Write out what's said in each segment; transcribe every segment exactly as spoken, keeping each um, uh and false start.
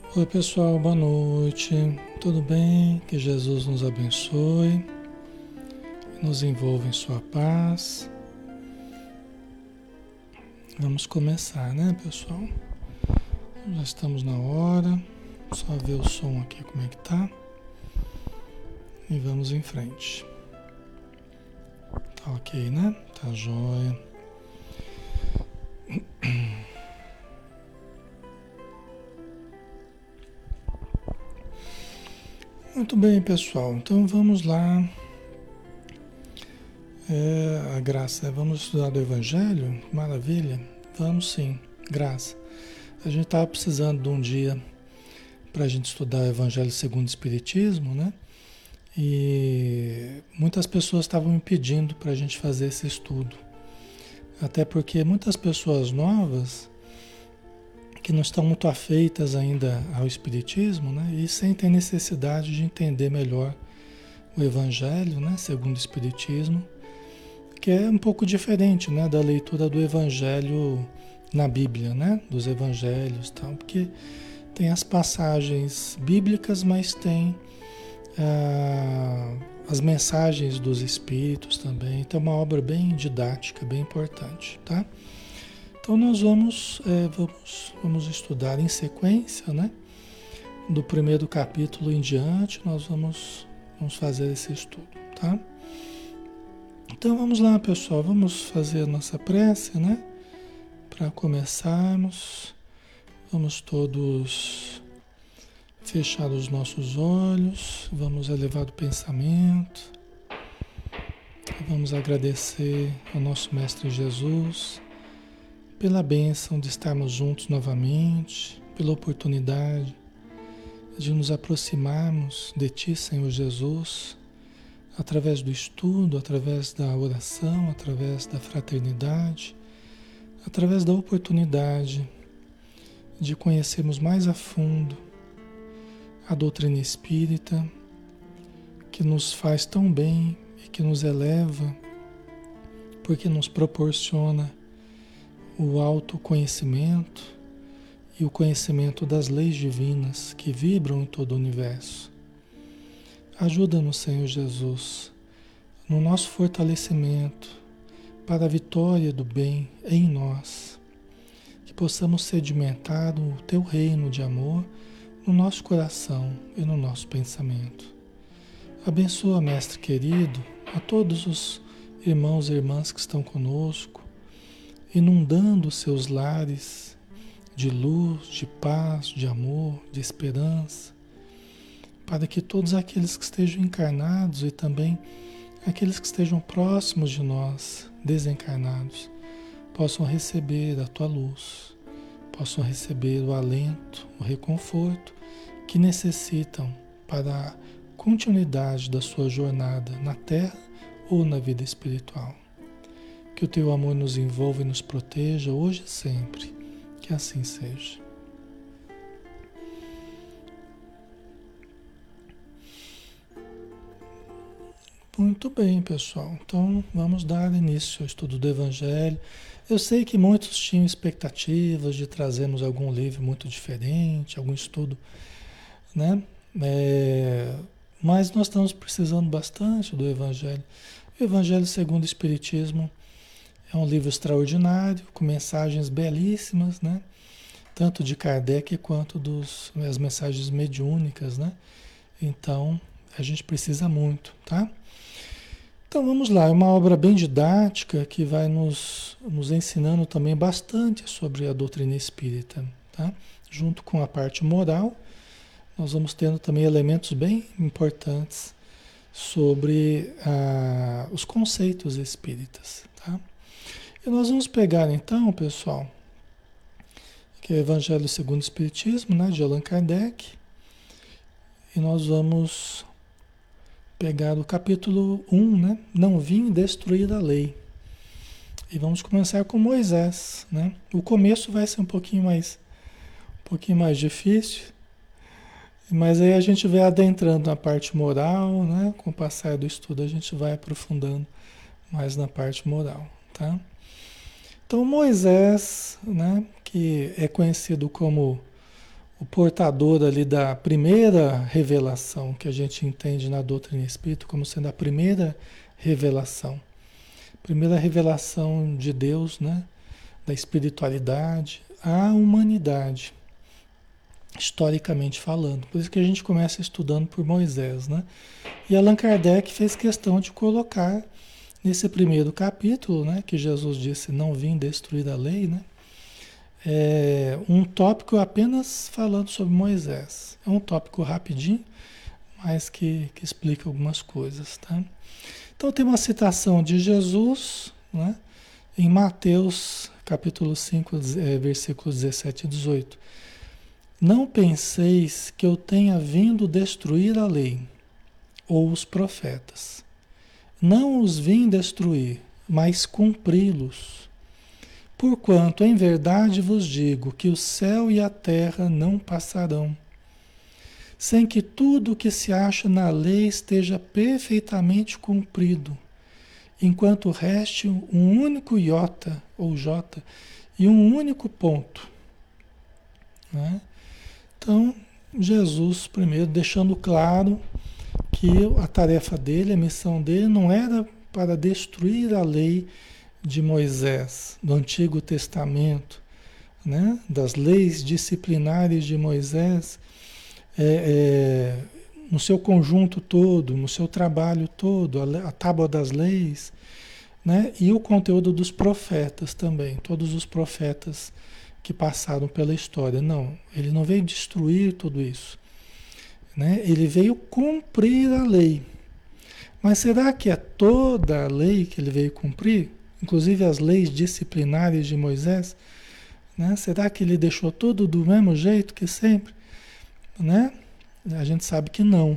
Oi, pessoal, boa noite. Tudo bem? Que Jesus nos abençoe, nos envolva em sua paz. Vamos começar, né, pessoal? Já estamos na hora. Só ver o som aqui como é que tá. E vamos em frente. Tá ok, né? Tá jóia. Muito bem, pessoal. Então vamos lá. É, a graça, vamos estudar do Evangelho? Maravilha. Vamos sim, graça. A gente estava precisando de um dia para a gente estudar o Evangelho segundo o Espiritismo, né? E muitas pessoas estavam me pedindo para a gente fazer esse estudo. Até porque muitas pessoas novas, que não estão muito afeitas ainda ao Espiritismo, né? E sentem necessidade de entender melhor o Evangelho, né? Segundo o Espiritismo, que é um pouco diferente, né? Da leitura do Evangelho na Bíblia, né? Dos Evangelhos e tal, porque tem as passagens bíblicas, mas tem ah, as mensagens dos Espíritos também. Então é uma obra bem didática, bem importante, tá? Então nós vamos, é, vamos, vamos estudar em sequência, né? Do primeiro capítulo em diante, nós vamos, vamos fazer esse estudo, tá? Então vamos lá, pessoal, vamos fazer a nossa prece, né? Para começarmos, vamos todos fechar os nossos olhos, vamos elevar o pensamento, vamos agradecer ao nosso Mestre Jesus pela bênção de estarmos juntos novamente, pela oportunidade de nos aproximarmos de Ti, Senhor Jesus, através do estudo, através da oração, através da fraternidade, através da oportunidade de conhecermos mais a fundo a doutrina espírita, que nos faz tão bem e que nos eleva, porque nos proporciona o autoconhecimento e o conhecimento das leis divinas que vibram em todo o universo. Ajuda-nos, Senhor Jesus, no nosso fortalecimento para a vitória do bem em nós, que possamos sedimentar o Teu reino de amor no nosso coração e no nosso pensamento. Abençoa, Mestre querido, a todos os irmãos e irmãs que estão conosco, inundando seus lares de luz, de paz, de amor, de esperança, para que todos aqueles que estejam encarnados e também aqueles que estejam próximos de nós, desencarnados, possam receber a Tua luz, possam receber o alento, o reconforto que necessitam para a continuidade da sua jornada na Terra ou na vida espiritual. Que o Teu amor nos envolva e nos proteja hoje e sempre. Que assim seja. Muito bem, pessoal. Então, vamos dar início ao estudo do Evangelho. Eu sei que muitos tinham expectativas de trazermos algum livro muito diferente, algum estudo, né? É, mas nós estamos precisando bastante do Evangelho. O Evangelho segundo o Espiritismo é um livro extraordinário, com mensagens belíssimas, né? Tanto de Kardec quanto dos, as mensagens mediúnicas, né? Então, a gente precisa muito, tá? Então vamos lá, é uma obra bem didática que vai nos, nos ensinando também bastante sobre a doutrina espírita, tá? Junto com a parte moral, nós vamos tendo também elementos bem importantes sobre ah, os conceitos espíritas, tá? E nós vamos pegar então, pessoal, que é o Evangelho segundo o Espiritismo, né, de Allan Kardec, e nós vamos pegar o capítulo um, né? Não vim destruir a lei. E vamos começar com Moisés, né? O começo vai ser um pouquinho mais, um pouquinho mais difícil, mas aí a gente vai adentrando na parte moral, né? Com o passar do estudo a gente vai aprofundando mais na parte moral, tá? Então Moisés, né? Que é conhecido como o portador ali da primeira revelação que a gente entende na doutrina espírita como sendo a primeira revelação. Primeira revelação de Deus, né? Da espiritualidade à humanidade, historicamente falando. Por isso que a gente começa estudando por Moisés, né? E Allan Kardec fez questão de colocar nesse primeiro capítulo, né, que Jesus disse não vim destruir a lei, né? É um tópico apenas falando sobre Moisés. É um tópico rapidinho, mas que, que explica algumas coisas, tá? Então tem uma citação de Jesus, né, em Mateus capítulo cinco, versículos dezessete e dezoito. Não penseis que eu tenha vindo destruir a lei ou os profetas. Não os vim destruir, mas cumpri-los. Porquanto em verdade vos digo que o céu e a terra não passarão, sem que tudo o que se acha na lei esteja perfeitamente cumprido, enquanto reste um único iota ou jota e um único ponto, né? Então, Jesus, primeiro, deixando claro que a tarefa dele, a missão dele, não era para destruir a lei de Moisés, do Antigo Testamento, né? Das leis disciplinares de Moisés, é, é, no seu conjunto todo, no seu trabalho todo, a, a tábua das leis, né? E o conteúdo dos profetas também, todos os profetas que passaram pela história. Não, ele não veio destruir tudo isso, né? Ele veio cumprir a lei. Mas será que é toda a lei que ele veio cumprir? Inclusive as leis disciplinares de Moisés, né? Será que ele deixou tudo do mesmo jeito que sempre, né? A gente sabe que não,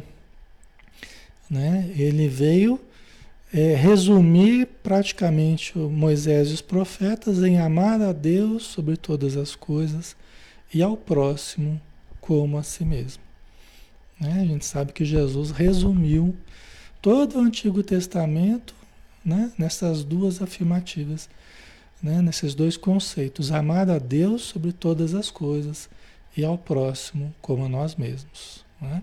né? Ele veio é, resumir praticamente o Moisés e os profetas em amar a Deus sobre todas as coisas e ao próximo como a si mesmo, né? A gente sabe que Jesus resumiu todo o Antigo Testamento, né, nessas duas afirmativas, né, nesses dois conceitos: amar a Deus sobre todas as coisas e ao próximo como a nós mesmos, né?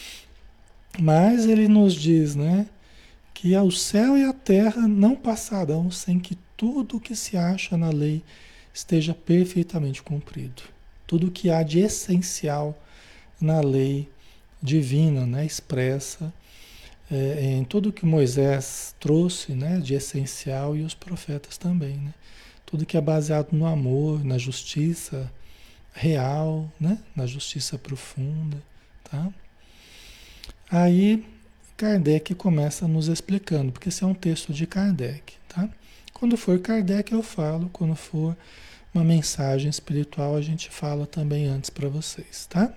Mas ele nos diz, né, que o céu e a terra não passarão sem que tudo o que se acha na lei esteja perfeitamente cumprido. Tudo o que há de essencial na lei divina, né, expressa É, em tudo que Moisés trouxe, né, de essencial, e os profetas também, né? Tudo que é baseado no amor, na justiça real, né, na justiça profunda, tá? Aí Kardec começa nos explicando, porque esse é um texto de Kardec, tá? Quando for Kardec eu falo, quando for uma mensagem espiritual a gente fala também antes para vocês, tá?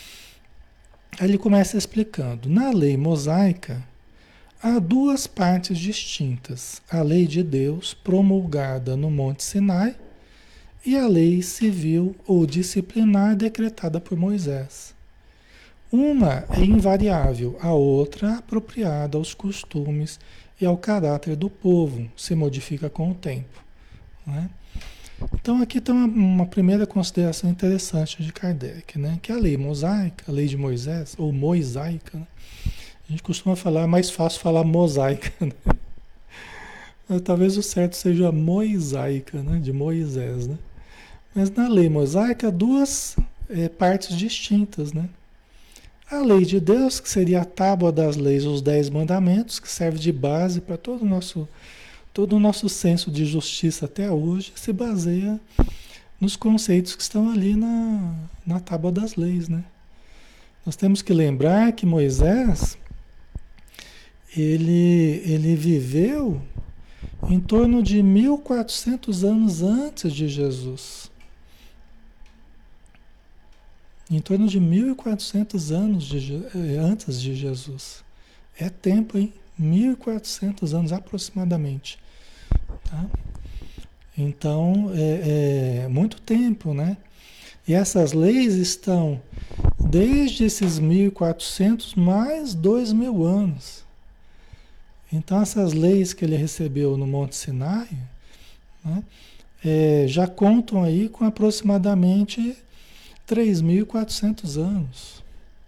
Aí ele começa explicando. Na lei mosaica, há duas partes distintas. A lei de Deus, promulgada no Monte Sinai, e a lei civil ou disciplinar decretada por Moisés. Uma é invariável, a outra apropriada aos costumes e ao caráter do povo, se modifica com o tempo, né? Então aqui tem uma, uma primeira consideração interessante de Kardec, né? Que a lei mosaica, a lei de Moisés, ou mosaica, né? A gente costuma falar, é mais fácil falar mosaica, né? Mas talvez o certo seja mosaica, né? De Moisés, né? Mas na lei mosaica, duas é, partes distintas, né? A lei de Deus, que seria a tábua das leis, os dez mandamentos, que serve de base para todo o nosso Todo o nosso senso de justiça até hoje se baseia nos conceitos que estão ali na, na tábua das leis, né? Nós temos que lembrar que Moisés, ele, ele viveu em torno de mil e quatrocentos anos antes de Jesus. Em torno de mil e quatrocentos anos de, antes de Jesus. É tempo, hein? mil e quatrocentos anos aproximadamente. Tá? Então, é, é muito tempo, né? E essas leis estão desde esses mil e quatrocentos mais dois mil anos. Então, essas leis que ele recebeu no Monte Sinai, né, é, já contam aí com aproximadamente três mil e quatrocentos anos.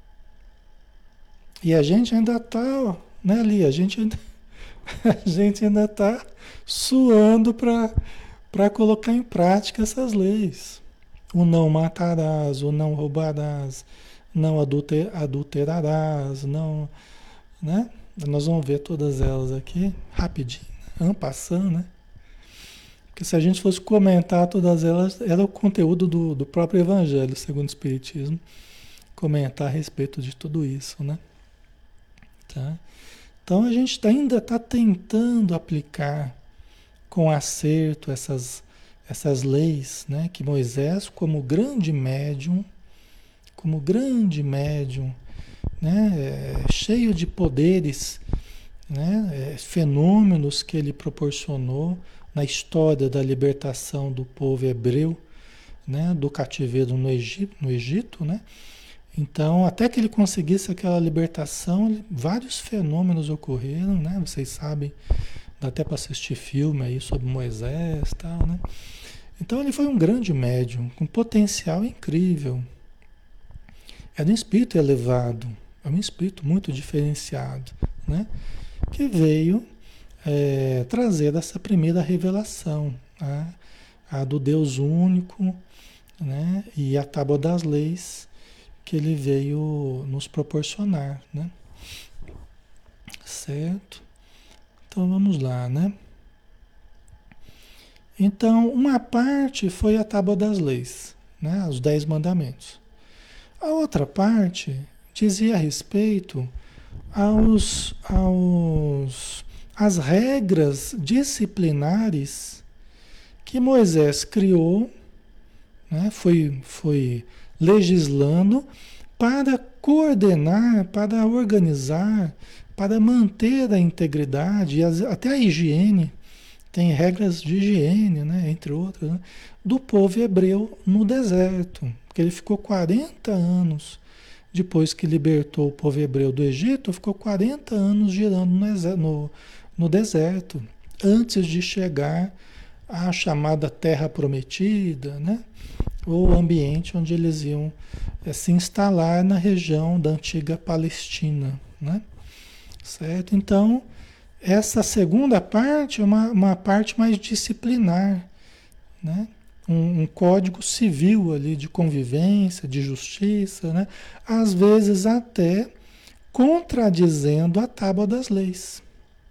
E a gente ainda está, né, ali, a gente ainda, a gente ainda está suando para para colocar em prática essas leis. O não matarás, o não roubarás, não adulter, adulterarás, não, né? Nós vamos ver todas elas aqui rapidinho, en passant, né? Porque se a gente fosse comentar todas elas, era o conteúdo do, do próprio Evangelho, segundo o Espiritismo, comentar a respeito de tudo isso, né? Tá? Então a gente ainda está tentando aplicar com acerto essas, essas leis, né? Que Moisés, como grande médium, como grande médium, né? É, cheio de poderes, né? É, fenômenos que ele proporcionou na história da libertação do povo hebreu, né? Do cativeiro no Egito, no Egito, né? Então, até que ele conseguisse aquela libertação, ele, vários fenômenos ocorreram, né? Vocês sabem, dá até para assistir filme aí sobre Moisés e tal, né? Então, ele foi um grande médium, com potencial incrível. Era um espírito elevado, é um espírito muito diferenciado, né? Que veio é, trazer essa primeira revelação, né? A do Deus único, né? E a tábua das leis que ele veio nos proporcionar, né? Certo? Então vamos lá, né? Então, uma parte foi a tábua das leis, né? Os dez mandamentos. A outra parte dizia respeito aos, aos, às regras disciplinares que Moisés criou, né? Foi, foi legislando para coordenar, para organizar, para manter a integridade e as, até a higiene, tem regras de higiene, né, entre outras, né, do povo hebreu no deserto, porque ele ficou quarenta anos, depois que libertou o povo hebreu do Egito, ficou quarenta anos girando no, no, no deserto, antes de chegar à chamada Terra Prometida, né? O ambiente onde eles iam é, se instalar na região da antiga Palestina, né? Certo? Então, essa segunda parte é uma, uma parte mais disciplinar, né? Um, um código civil ali de convivência, de justiça, né? Às vezes até contradizendo a tábua das leis.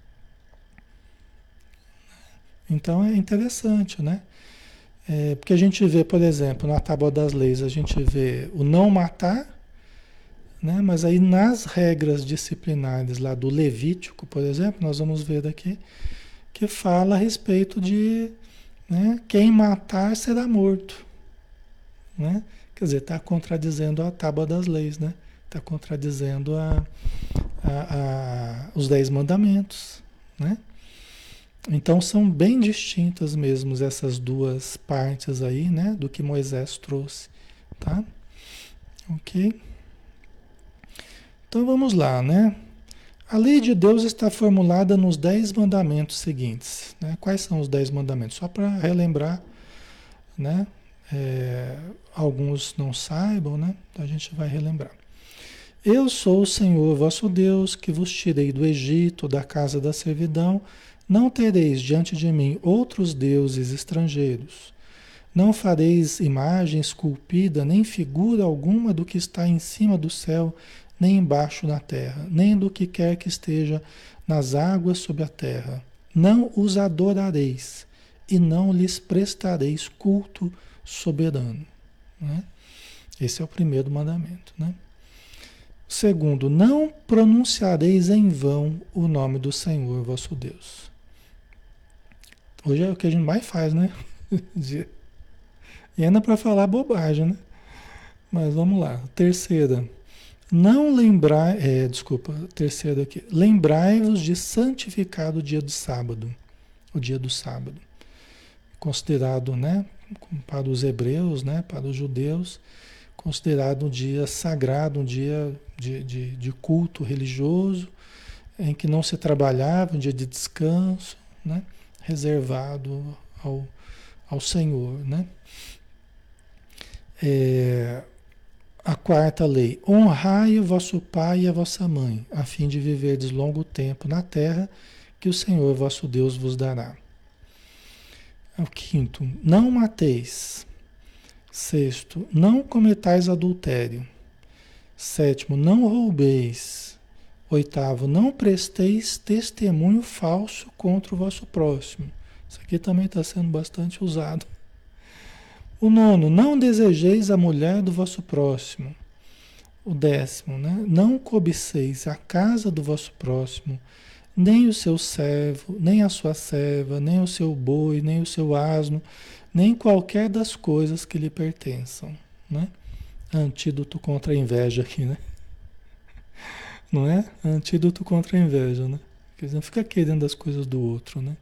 Então é interessante, né? É, porque a gente vê, por exemplo, na tábua das leis, a gente vê o não matar, né? Mas aí nas regras disciplinares lá do Levítico, por exemplo, nós vamos ver daqui, que fala a respeito de, né, quem matar será morto, né? Quer dizer, está contradizendo a tábua das leis, né? Está contradizendo a, a, a, os dez mandamentos, né? Então são bem distintas mesmo essas duas partes aí, né, do que Moisés trouxe, tá? Ok? Então vamos lá, né? A lei de Deus está formulada nos dez mandamentos seguintes, né? Quais são os dez mandamentos? Só para relembrar, né? É, alguns não saibam, né? Então a gente vai relembrar. Eu sou o Senhor vosso Deus, que vos tirei do Egito, da casa da servidão. Não tereis diante de mim outros deuses estrangeiros. Não fareis imagem esculpida, nem figura alguma do que está em cima do céu, nem embaixo na terra, nem do que quer que esteja nas águas sob a terra. Não os adorareis, e não lhes prestareis culto soberano. Né? Esse é o primeiro mandamento, né? Segundo, não pronunciareis em vão o nome do Senhor vosso Deus. Hoje é o que a gente mais faz, né? E ainda para falar bobagem, né? Mas vamos lá. Terceira, não lembrar, é, desculpa, terceira aqui. Lembrai-vos de santificar o dia do sábado, o dia do sábado, considerado, né, para os hebreus, né, para os judeus, considerado um dia sagrado, um dia de, de, de culto religioso, em que não se trabalhava, um dia de descanso, né, reservado ao, ao Senhor, né? É, A quarta lei: honrai o vosso pai e a vossa mãe, a fim de viverdes longo tempo na terra que o Senhor vosso Deus vos dará. O quinto: não mateis. Sexto: não cometais adultério. Sétimo: não roubeis. Oitavo: não presteis testemunho falso contra o vosso próximo. Isso aqui também está sendo bastante usado. O nono: não desejeis a mulher do vosso próximo. O décimo, né? Não cobiceis a casa do vosso próximo, nem o seu servo, nem a sua serva, nem o seu boi, nem o seu asno, nem qualquer das coisas que lhe pertençam, né? Antídoto contra a inveja aqui, né? Não é? Antídoto contra a inveja, né? Quer dizer, não fica querendo as coisas do outro, né?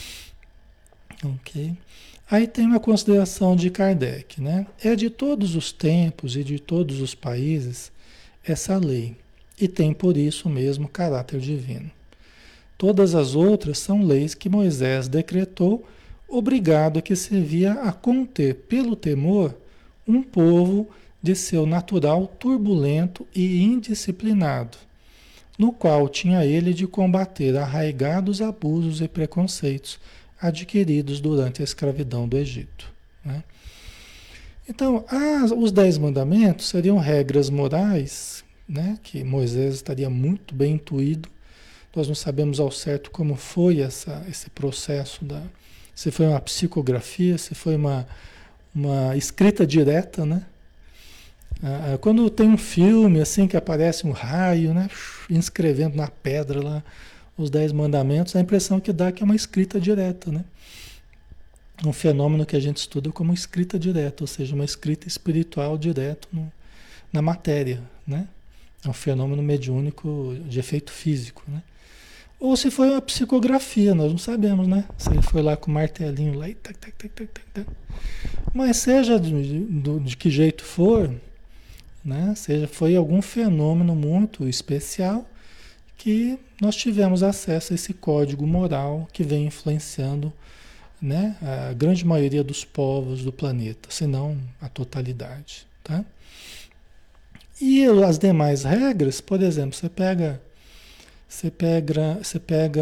Ok. Aí tem uma consideração de Kardec, né? É de todos os tempos e de todos os países essa lei, e tem por isso mesmo caráter divino. Todas as outras são leis que Moisés decretou, obrigado a que servia a conter pelo temor um povo de seu natural turbulento e indisciplinado, no qual tinha ele de combater arraigados abusos e preconceitos adquiridos durante a escravidão do Egito, né? Então, as, os dez mandamentos seriam regras morais, né, que Moisés estaria muito bem intuído. Nós não sabemos ao certo como foi essa, esse processo, da, se foi uma psicografia, se foi uma, uma escrita direta, né? Ah, quando tem um filme assim que aparece um raio, né, inscrevendo na pedra lá os dez mandamentos, a impressão que dá é que é uma escrita direta, né? Um fenômeno que a gente estuda como escrita direta, ou seja, uma escrita espiritual direto no, na matéria, né? É um fenômeno mediúnico de efeito físico, né? Ou se foi uma psicografia, nós não sabemos, né? Se ele foi lá com o martelinho lá e tac, tac, tac, tac, tac, tac. Mas seja de, de, de que jeito for, né? Seja, foi algum fenômeno muito especial que nós tivemos acesso a esse código moral que vem influenciando, né, a grande maioria dos povos do planeta, se não a totalidade, tá? E as demais regras, por exemplo, você pega, você pega, você pega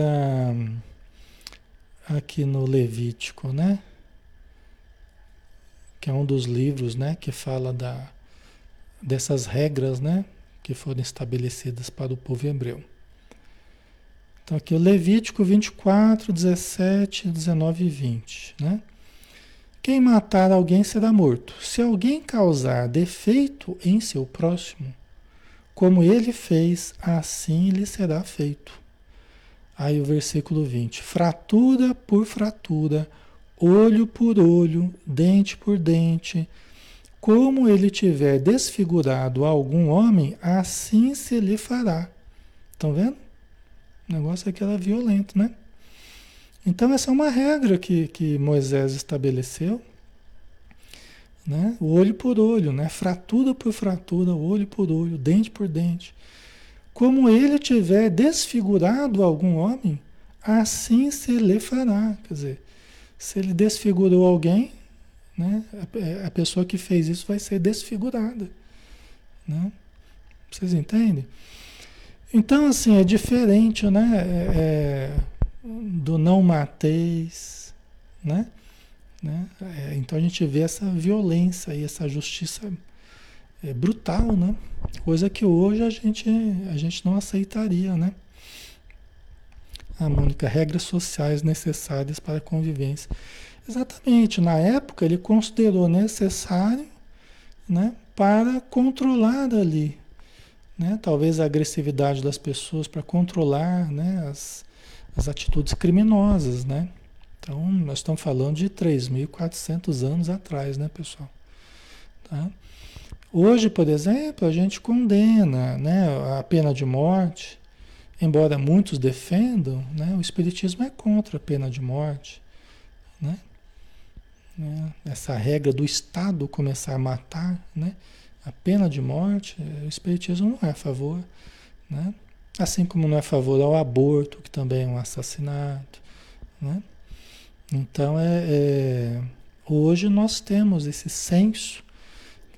aqui no Levítico, né, que é um dos livros, né, que fala da, dessas regras, né, que foram estabelecidas para o povo hebreu. Então aqui o Levítico vinte e quatro, dezessete, dezenove e vinte, né? Quem matar alguém será morto. Se alguém causar defeito em seu próximo, como ele fez, assim lhe será feito. Aí o versículo vinte, fratura por fratura, olho por olho, dente por dente, como ele tiver desfigurado algum homem, assim se lhe fará. Estão vendo? O negócio é que era violento, né? Então essa é uma regra que, que Moisés estabeleceu, né? O olho por olho, né? Fratura por fratura, olho por olho, dente por dente. Como ele tiver desfigurado algum homem, assim se lhe fará. Quer dizer, se ele desfigurou alguém, né? A, a pessoa que fez isso vai ser desfigurada, né? Vocês entendem? Então, assim, é diferente, né? É, é, do não mateis, né? né? É, então a gente vê essa violência e essa justiça é, brutal, né? Coisa que hoje a gente, a gente não aceitaria, né? A Mônica, regras sociais necessárias para a convivência. Exatamente, na época ele considerou necessário, né, para controlar ali, né? Talvez a agressividade das pessoas para controlar, né, as, as atitudes criminosas, né? Então, nós estamos falando de três mil e quatrocentos anos atrás, né, pessoal? Tá? Hoje, por exemplo, a gente condena, né, a pena de morte, embora muitos defendam, né, o Espiritismo é contra a pena de morte, né? Essa regra do Estado começar a matar, né? A pena de morte, o Espiritismo não é a favor, né? Assim como não é a favor ao aborto, que também é um assassinato, né? Então, é, é, hoje nós temos esse senso,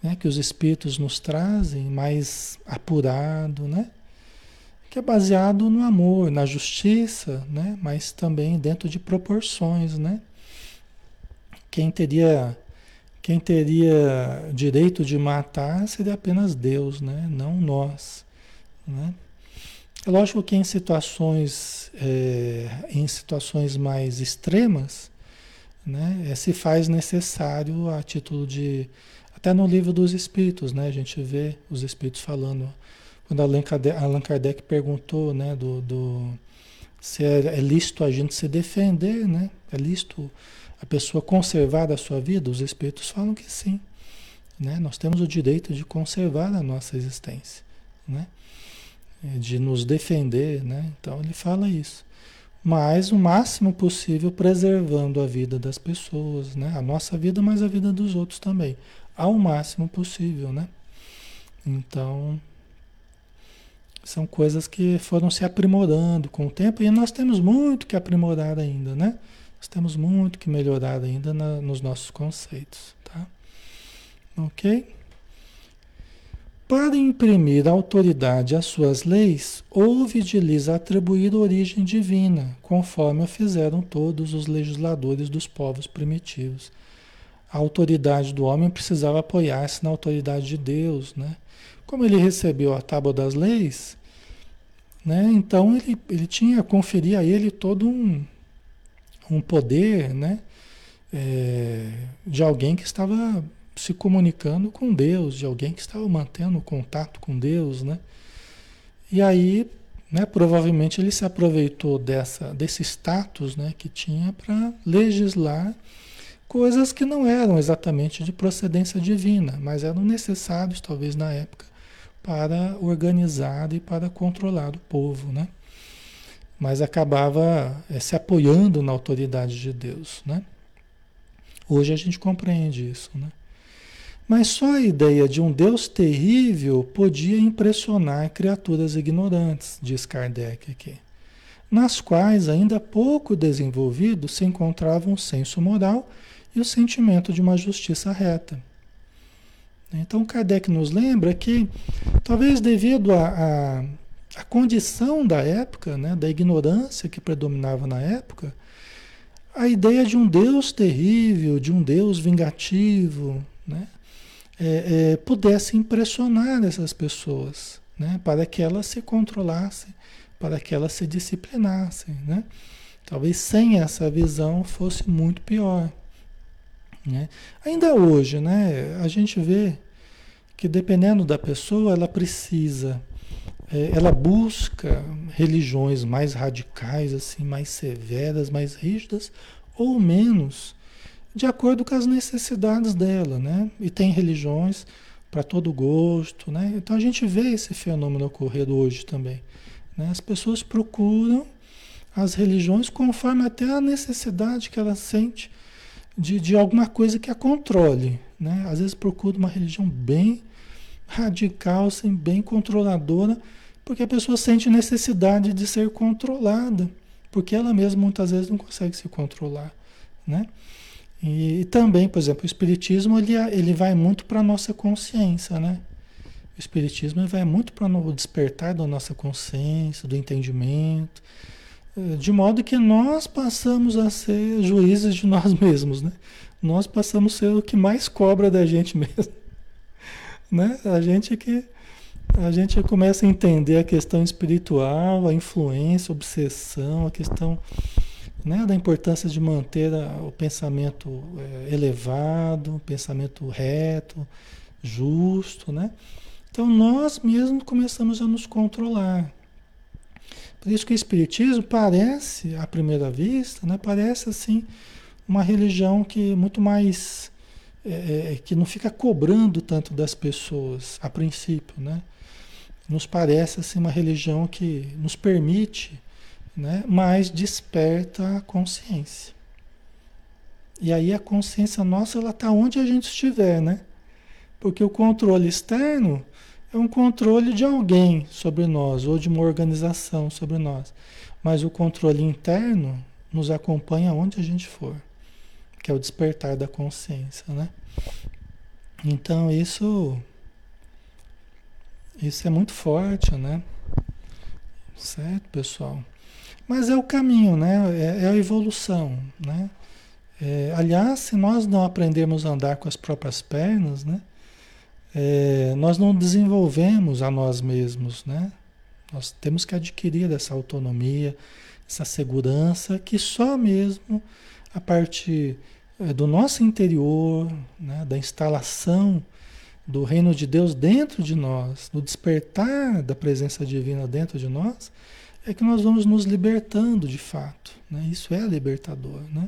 né, que os espíritos nos trazem, mais apurado, né? Que é baseado no amor, na justiça, né? Mas também dentro de proporções, né? Quem teria, quem teria direito de matar seria apenas Deus, né? Não nós, né? É lógico que em situações, é, em situações mais extremas, né, é, se faz necessário a título de... Até no livro dos Espíritos, né, a gente vê os Espíritos falando... Quando Allan Kardec, Allan Kardec perguntou, né, do, do, se é, é lícito a gente se defender, né? É lícito a pessoa conservar a sua vida? Os Espíritos falam que sim, né? Nós temos o direito de conservar a nossa existência, né? De nos defender, né? Então ele fala isso. Mas o máximo possível preservando a vida das pessoas, né? A nossa vida, mas a vida dos outros também. Ao máximo possível, né? Então, são coisas que foram se aprimorando com o tempo e nós temos muito que aprimorar ainda, né? Nós temos muito que melhorar ainda na, nos nossos conceitos, tá? Ok? Para imprimir autoridade às suas leis, houve de lhes atribuir origem divina, conforme o fizeram todos os legisladores dos povos primitivos. A autoridade do homem precisava apoiar-se na autoridade de Deus, né? Como ele recebeu a tábua das leis, né? Então ele, ele tinha, conferia a ele todo um, um poder, né? É, de alguém que estava se comunicando com Deus, de alguém que estava mantendo contato com Deus, né? E aí, né, provavelmente ele se aproveitou dessa, desse status, né, que tinha para legislar coisas que não eram exatamente de procedência divina, mas eram necessários, talvez, na época, para organizar e para controlar o povo, né? Mas acabava é, se apoiando na autoridade de Deus, né? Hoje a gente compreende isso, né? Mas só a ideia de um Deus terrível podia impressionar criaturas ignorantes, diz Kardec aqui, nas quais, ainda pouco desenvolvido, se encontrava um senso moral e o sentimento de uma justiça reta. Então Kardec nos lembra que, talvez devido à à condição da época, né, da ignorância que predominava na época, a ideia de um Deus terrível, de um Deus vingativo, né, é, é, pudesse impressionar essas pessoas, né, para que elas se controlassem, para que elas se disciplinassem, né? Talvez sem essa visão fosse muito pior, né? Ainda hoje, né, a gente vê que dependendo da pessoa, ela precisa, é, ela busca religiões mais radicais, assim, mais severas, mais rígidas, ou menos, de acordo com as necessidades dela, né? E tem religiões para todo gosto, né? Então a gente vê esse fenômeno ocorrer hoje também, né? As pessoas procuram as religiões conforme até a necessidade que ela sente de, de alguma coisa que a controle, né? Às vezes procura uma religião bem radical, assim, bem controladora, porque a pessoa sente necessidade de ser controlada, porque ela mesma muitas vezes não consegue se controlar, né? E, e também, por exemplo, o espiritismo ele, ele vai muito para a nossa consciência, né? O espiritismo ele vai muito para o despertar da nossa consciência, do entendimento, de modo que nós passamos a ser juízes de nós mesmos, né? Nós passamos a ser o que mais cobra da gente mesmo, né? A gente que a gente começa a entender a questão espiritual, a influência, a obsessão, a questão, né, da importância de manter a, o pensamento é, elevado, o pensamento reto, justo, né? Então nós mesmos começamos a nos controlar. Por isso que o Espiritismo parece, à primeira vista, né, parece assim uma religião que é muito mais, é, que não fica cobrando tanto das pessoas, a princípio, né? Nos parece assim uma religião que nos permite, né, mas desperta a consciência. E aí a consciência nossa, ela está onde a gente estiver, né? Porque o controle externo é um controle de alguém sobre nós, ou de uma organização sobre nós. Mas o controle interno nos acompanha onde a gente for, que é o despertar da consciência, né? Então isso, isso é muito forte, né? Certo, pessoal? Mas é o caminho, né? É, é a evolução, né? É, aliás, se nós não aprendermos a andar com as próprias pernas, né? É, nós não desenvolvemos a nós mesmos, né? Nós temos que adquirir essa autonomia, essa segurança que só mesmo a partir é, do nosso interior, né? Da instalação do reino de Deus dentro de nós, do despertar da presença divina dentro de nós, é que nós vamos nos libertando de fato, né? Isso é libertador, né?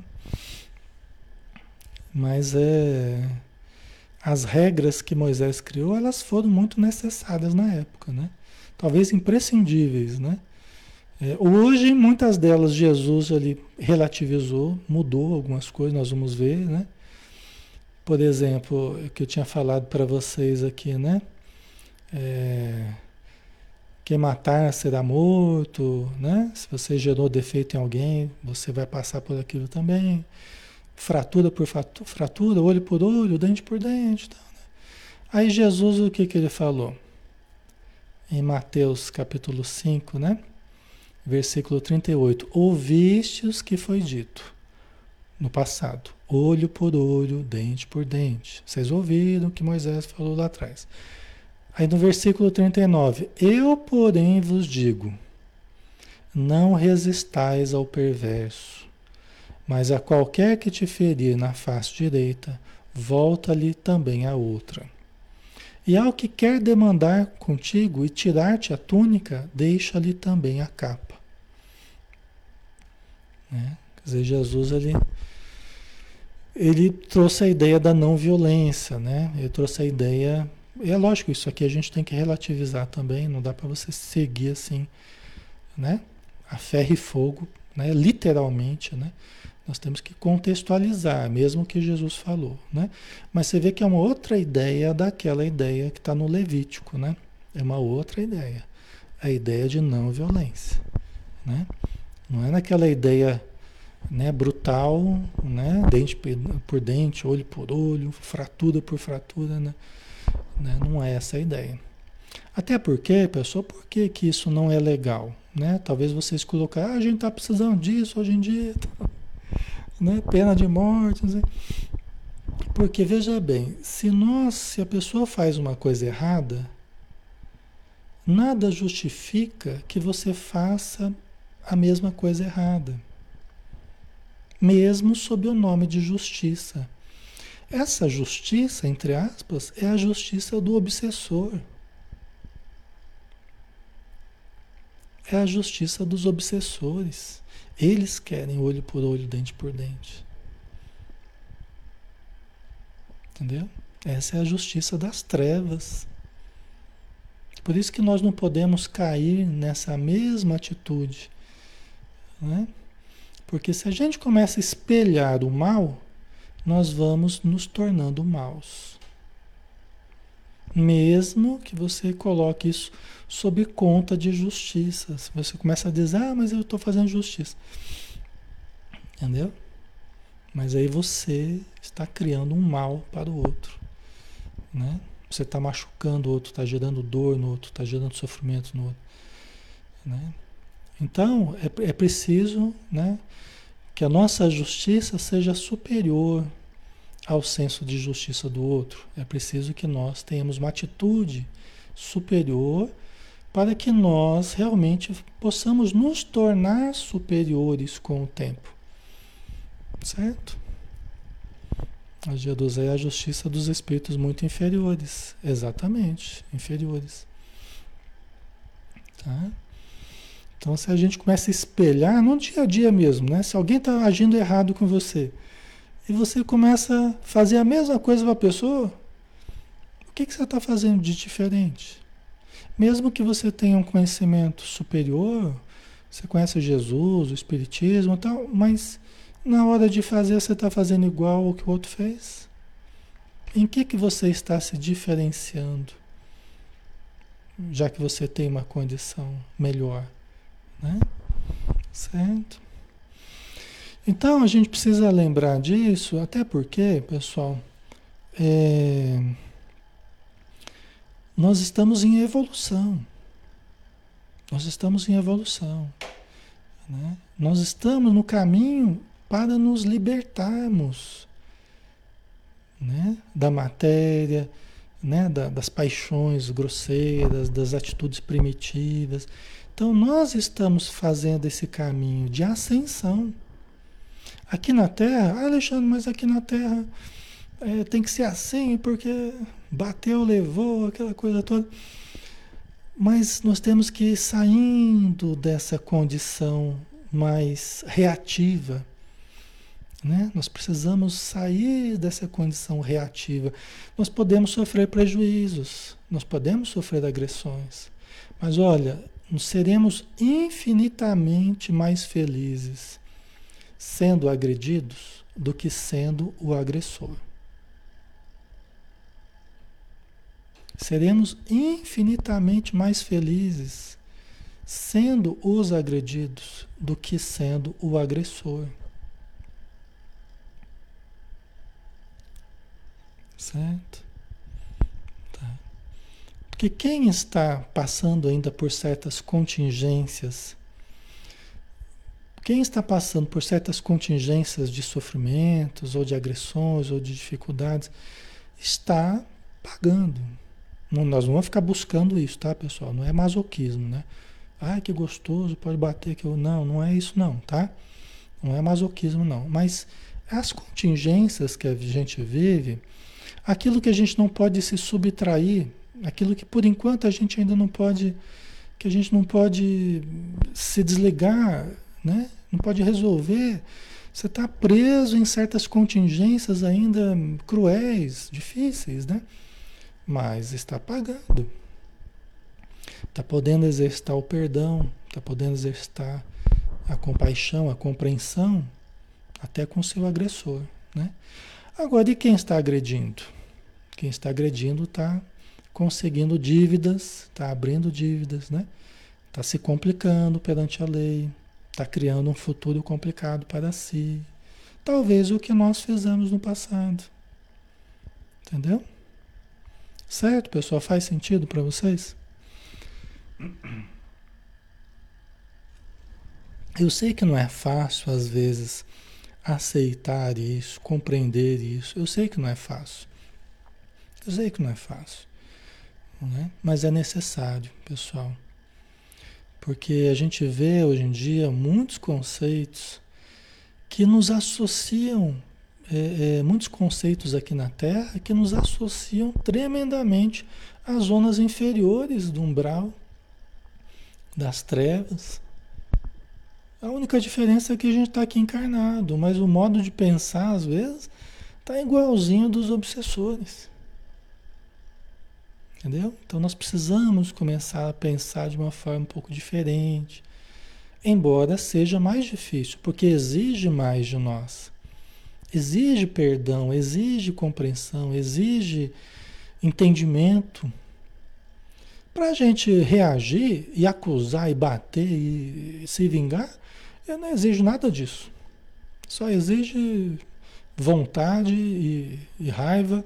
Mas é, as regras que Moisés criou, elas foram muito necessárias na época, né? Talvez imprescindíveis, né? É, hoje, muitas delas Jesus ali relativizou, mudou algumas coisas, nós vamos ver, né? Por exemplo, o que eu tinha falado para vocês aqui, né? É, quem matar será morto, né? Se você gerou defeito em alguém, você vai passar por aquilo também. Fratura por fratura, olho por olho, dente por dente. Tal, né? Aí Jesus, o que, que ele falou? Em Mateus capítulo cinco, né? Versículo trinta e oito. Ouviste os que foi dito no passado. Olho por olho, dente por dente. Vocês ouviram o que Moisés falou lá atrás. Aí no versículo trinta e nove. Eu, porém, vos digo, não resistais ao perverso, mas a qualquer que te ferir na face direita, volta-lhe também a outra. E ao que quer demandar contigo e tirar-te a túnica, deixa-lhe também a capa. Né? Quer dizer, Jesus ele, ele trouxe a ideia da não violência, né? Ele trouxe a ideia... É lógico, isso aqui a gente tem que relativizar também, não dá para você seguir assim, né? A ferro e fogo, né? Literalmente, né? Nós temos que contextualizar, mesmo o que Jesus falou, né? Mas você vê que é uma outra ideia daquela ideia que está no Levítico, né? É uma outra ideia. A ideia de não violência, né? Não é naquela ideia, né, brutal, né? Dente por dente, olho por olho, fratura por fratura, né? Né? Não é essa a ideia. Até porque, pessoal, por que, que isso não é legal? Né? Talvez vocês colocarem, ah, a gente está precisando disso hoje em dia, né? Pena de morte, não sei. Porque veja bem, se nós, se a pessoa faz uma coisa errada, nada justifica que você faça a mesma coisa errada, mesmo sob o nome de justiça. Essa justiça, entre aspas, é a justiça do obsessor. É a justiça dos obsessores. Eles querem olho por olho, dente por dente. Entendeu? Essa é a justiça das trevas. Por isso que nós não podemos cair nessa mesma atitude, né? Porque se a gente começa a espelhar o mal, nós vamos nos tornando maus. Mesmo que você coloque isso sob conta de justiça. Se você começa a dizer, ah, mas eu estou fazendo justiça. Entendeu? Mas aí você está criando um mal para o outro. Né? Você está machucando o outro, está gerando dor no outro, está gerando sofrimento no outro. Né? Então, é, é preciso, né, que a nossa justiça seja superior ao senso de justiça do outro. É preciso que nós tenhamos uma atitude superior para que nós realmente possamos nos tornar superiores com o tempo. Certo? A G doze é a justiça dos espíritos muito inferiores. Exatamente, inferiores. Tá? Então, se a gente começa a espelhar no dia a dia mesmo, né? Se alguém está agindo errado com você, e você começa a fazer a mesma coisa para a pessoa, o que, que você está fazendo de diferente? Mesmo que você tenha um conhecimento superior, você conhece Jesus, o Espiritismo e tal, mas na hora de fazer você está fazendo igual ao que o outro fez? Em que, que você está se diferenciando? Já que você tem uma condição melhor, né? Certo? Então a gente precisa lembrar disso, até porque, pessoal, é, nós estamos em evolução. Nós estamos em evolução, né? Nós estamos no caminho para nos libertarmos, né? Da matéria, né? Da, das paixões grosseiras, das atitudes primitivas. Então nós estamos fazendo esse caminho de ascensão. Aqui na Terra, ah, Alexandre, mas aqui na Terra é, tem que ser assim, porque bateu, levou, aquela coisa toda. Mas nós temos que ir saindo dessa condição mais reativa, né? Nós precisamos sair dessa condição reativa. Nós podemos sofrer prejuízos, nós podemos sofrer agressões, mas olha, nós seremos infinitamente mais felizes sendo agredidos do que sendo o agressor. Seremos infinitamente mais felizes sendo os agredidos do que sendo o agressor. Certo? Tá. Porque quem está passando ainda por certas contingências, quem está passando por certas contingências de sofrimentos, ou de agressões, ou de dificuldades, está pagando. Não, nós não vamos ficar buscando isso, tá, pessoal? Não é masoquismo, né? Ai, que gostoso, pode bater que eu... Não, não é isso não, tá? Não é masoquismo não. Mas as contingências que a gente vive, aquilo que a gente não pode se subtrair, aquilo que por enquanto a gente ainda não pode, que a gente não pode se desligar, né? Não pode resolver. Você está preso em certas contingências ainda cruéis, difíceis, né? Mas está pagando. Está podendo exercitar o perdão, está podendo exercitar a compaixão, a compreensão, até com o seu agressor, né? Agora, e quem está agredindo? Quem está agredindo está conseguindo dívidas, está abrindo dívidas, né? Está se complicando perante a lei, está criando um futuro complicado para si. Talvez o que nós fizemos no passado. Entendeu? Certo, pessoal? Faz sentido para vocês? Eu sei que não é fácil, às vezes, aceitar isso, compreender isso. Eu sei que não é fácil. Eu sei que não é fácil, né? Mas é necessário, pessoal. Porque a gente vê hoje em dia muitos conceitos que nos associam, é, é, muitos conceitos aqui na Terra que nos associam tremendamente às zonas inferiores do umbral, das trevas. A única diferença é que a gente está aqui encarnado, mas o modo de pensar, às vezes, está igualzinho dos obsessores. Entendeu? Então nós precisamos começar a pensar de uma forma um pouco diferente, embora seja mais difícil, porque exige mais de nós. Exige perdão, exige compreensão, exige entendimento. Para a gente reagir e acusar e bater e se vingar, eu não exijo nada disso. Só exige vontade e, e raiva,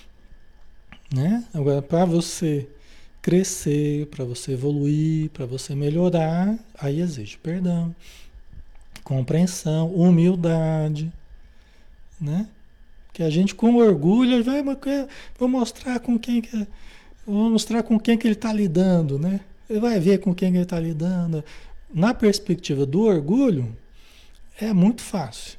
né? Agora, para você crescer, para você evoluir, para você melhorar, aí exige perdão, compreensão, humildade, né? Que a gente com orgulho vai, vou mostrar com quem que, vou mostrar com quem que ele está lidando, né? Ele vai ver com quem que ele está lidando. Na perspectiva do orgulho, é muito fácil,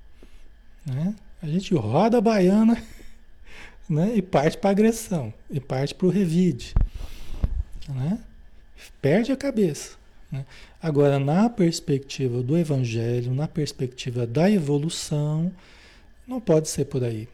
né? A gente roda a baiana, né? E parte para agressão, e parte para o revide, né? Perde a cabeça, né? Agora, na perspectiva do evangelho, na perspectiva da evolução, não pode ser por aí.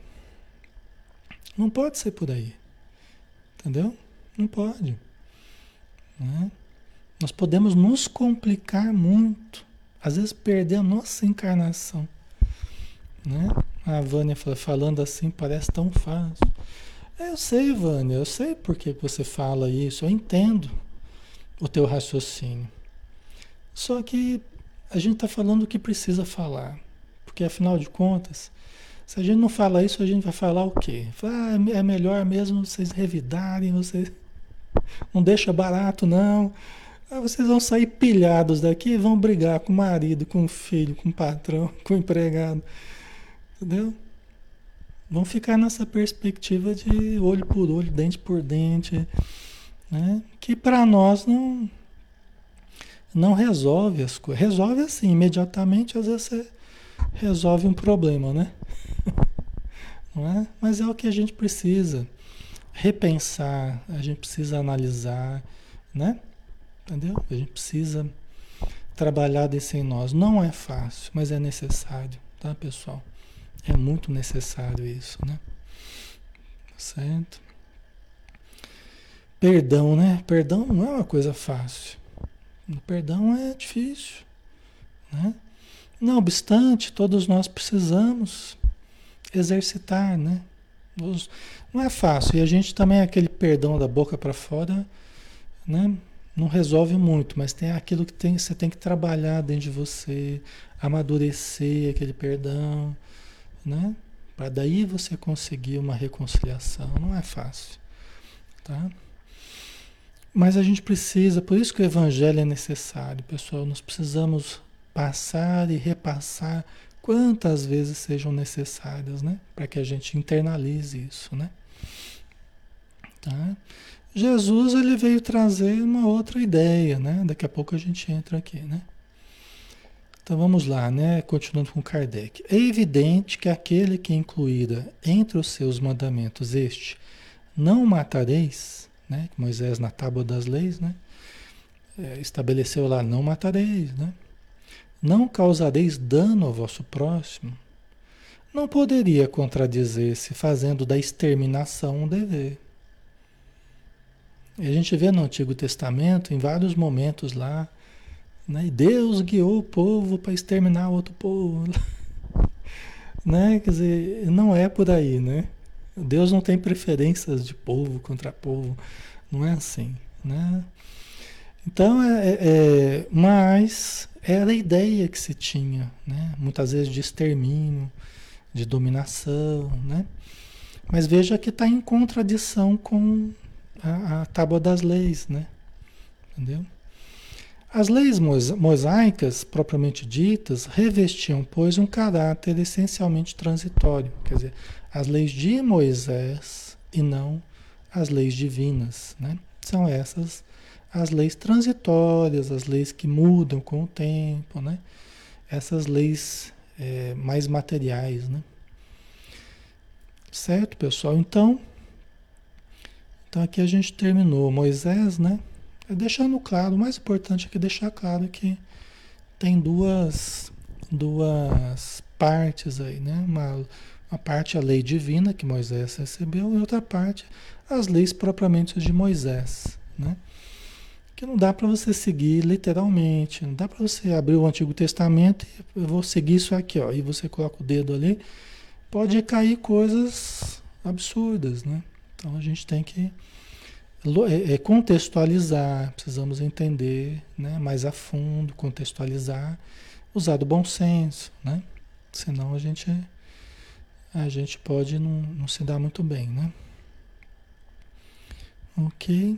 Não pode ser por aí. Entendeu? Não pode, né? Nós podemos nos complicar muito, às vezes perder a nossa encarnação, né? A Vânia falando assim parece tão fácil. Eu sei, Vânia, eu sei por que você fala isso, eu entendo o teu raciocínio. Só que a gente está falando o que precisa falar, porque afinal de contas, se a gente não fala isso, a gente vai falar o quê? Falar, ah, é melhor mesmo vocês revidarem, vocês... Não deixa barato, não. Aí vocês vão sair pilhados daqui e vão brigar com o marido, com o filho, com o patrão, com o empregado. Entendeu? Vão ficar nessa perspectiva de olho por olho, dente por dente, né? Que para nós não, não resolve as coisas. Resolve assim, imediatamente, às vezes você resolve um problema, né? Não é? Mas é o que a gente precisa repensar, a gente precisa analisar, né? Entendeu? A gente precisa trabalhar desse em nós. Não é fácil, mas é necessário, tá, pessoal? É muito necessário isso, né? Certo? Perdão, né? Perdão não é uma coisa fácil. O perdão é difícil, né? Não obstante, todos nós precisamos exercitar, né? Não é fácil. E a gente também, aquele perdão da boca para fora, né? Não resolve muito, mas tem aquilo que tem, você tem que trabalhar dentro de você, amadurecer aquele perdão, né? Para daí você conseguir uma reconciliação. Não é fácil, tá? Mas a gente precisa, por isso que o evangelho é necessário, pessoal. Nós precisamos passar e repassar quantas vezes sejam necessárias, né? Para que a gente internalize isso, né? Tá? Jesus, ele veio trazer uma outra ideia, né? Daqui a pouco a gente entra aqui, né? Então vamos lá, né? Continuando com Kardec. É evidente que aquele que incluíra entre os seus mandamentos este, não matareis, né? Moisés na Tábua das Leis, né? É, estabeleceu lá, não matareis, né? Não causareis dano ao vosso próximo. Não poderia contradizer-se fazendo da exterminação um dever. E a gente vê no Antigo Testamento, em vários momentos lá, né? Deus guiou o povo para exterminar outro povo. Né? Quer dizer, não é por aí, né? Deus não tem preferências de povo contra povo. Não é assim, né? Então, é, é, é, mas era a ideia que se tinha, né? Muitas vezes de extermínio, de dominação, né? Mas veja que está em contradição com a, a Tábua das Leis, né? Entendeu? As leis mosaicas, propriamente ditas, revestiam, pois, um caráter essencialmente transitório. Quer dizer, as leis de Moisés e não as leis divinas, né? São essas as leis transitórias, as leis que mudam com o tempo, né? Essas leis é, mais materiais, né? Certo, pessoal? Então, então aqui a gente terminou Moisés, né? Deixando claro, o mais importante aqui é deixar claro que tem duas, duas partes aí, né? Uma, uma parte a lei divina que Moisés recebeu e outra parte as leis propriamente de Moisés, né? Que não dá para você seguir literalmente, não dá para você abrir o Antigo Testamento e eu vou seguir isso aqui, ó, e você coloca o dedo ali, pode cair coisas absurdas, né? Então a gente tem que é contextualizar, precisamos entender, né, mais a fundo, contextualizar, usar do bom senso, né? Senão a gente, a gente pode não, não se dar muito bem, né? Ok.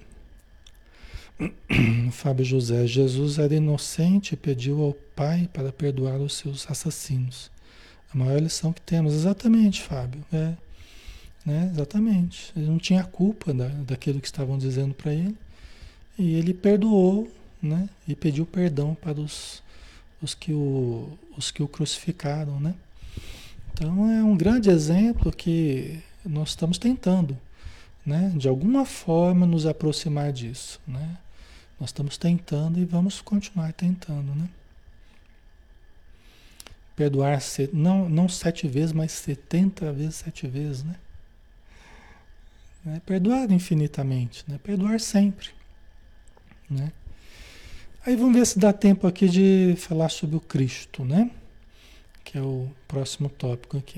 Fábio José, Jesus era inocente e pediu ao Pai para perdoar os seus assassinos. A maior lição que temos, exatamente, Fábio, é. Né? Exatamente. Ele não tinha culpa da, daquilo que estavam dizendo para ele. E ele perdoou, né? E pediu perdão para os, os, que o, os que o crucificaram, né? Então é um grande exemplo que nós estamos tentando, né? De alguma forma nos aproximar disso, né? Nós estamos tentando e vamos continuar tentando, né? Perdoar não, não sete vezes, mas setenta vezes sete vezes, né? Né? Perdoar infinitamente, né? Perdoar sempre, né? Aí vamos ver se dá tempo aqui de falar sobre o Cristo, né? Que é o próximo tópico aqui.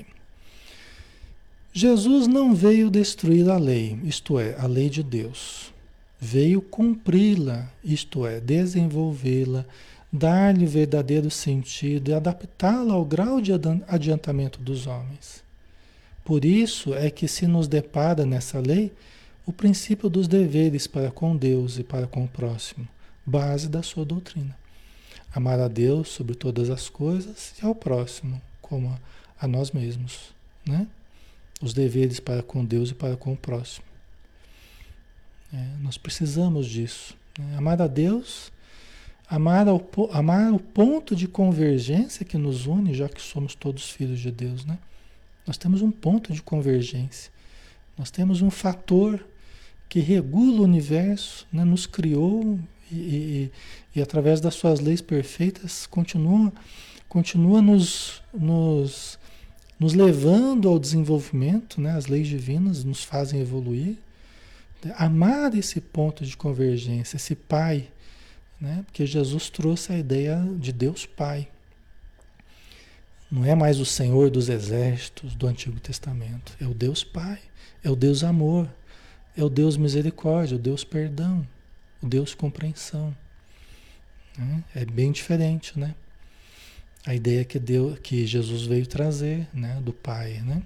Jesus não veio destruir a lei, isto é, a lei de Deus. Veio cumpri-la, isto é, desenvolvê-la, dar-lhe o verdadeiro sentido e adaptá-la ao grau de adiantamento dos homens. Por isso é que se nos depara nessa lei o princípio dos deveres para com Deus e para com o próximo, base da sua doutrina. Amar a Deus sobre todas as coisas e ao próximo, como a, a nós mesmos, né? Os deveres para com Deus e para com o próximo. É, nós precisamos disso, né? Amar a Deus, amar, ao, amar o ponto de convergência que nos une, já que somos todos filhos de Deus, né? Nós temos um ponto de convergência. Nós temos um fator que regula o universo, né? Nos criou e, e, e através das suas leis perfeitas continua, continua nos, nos, nos levando ao desenvolvimento, né? As leis divinas nos fazem evoluir. Amar esse ponto de convergência, esse Pai, né? Porque Jesus trouxe a ideia de Deus Pai. Não é mais o Senhor dos exércitos do Antigo Testamento, é o Deus Pai, é o Deus amor, é o Deus misericórdia, o Deus perdão, o Deus compreensão, né? É bem diferente, né? A ideia que, Deus, que Jesus veio trazer, né? Do Pai, né?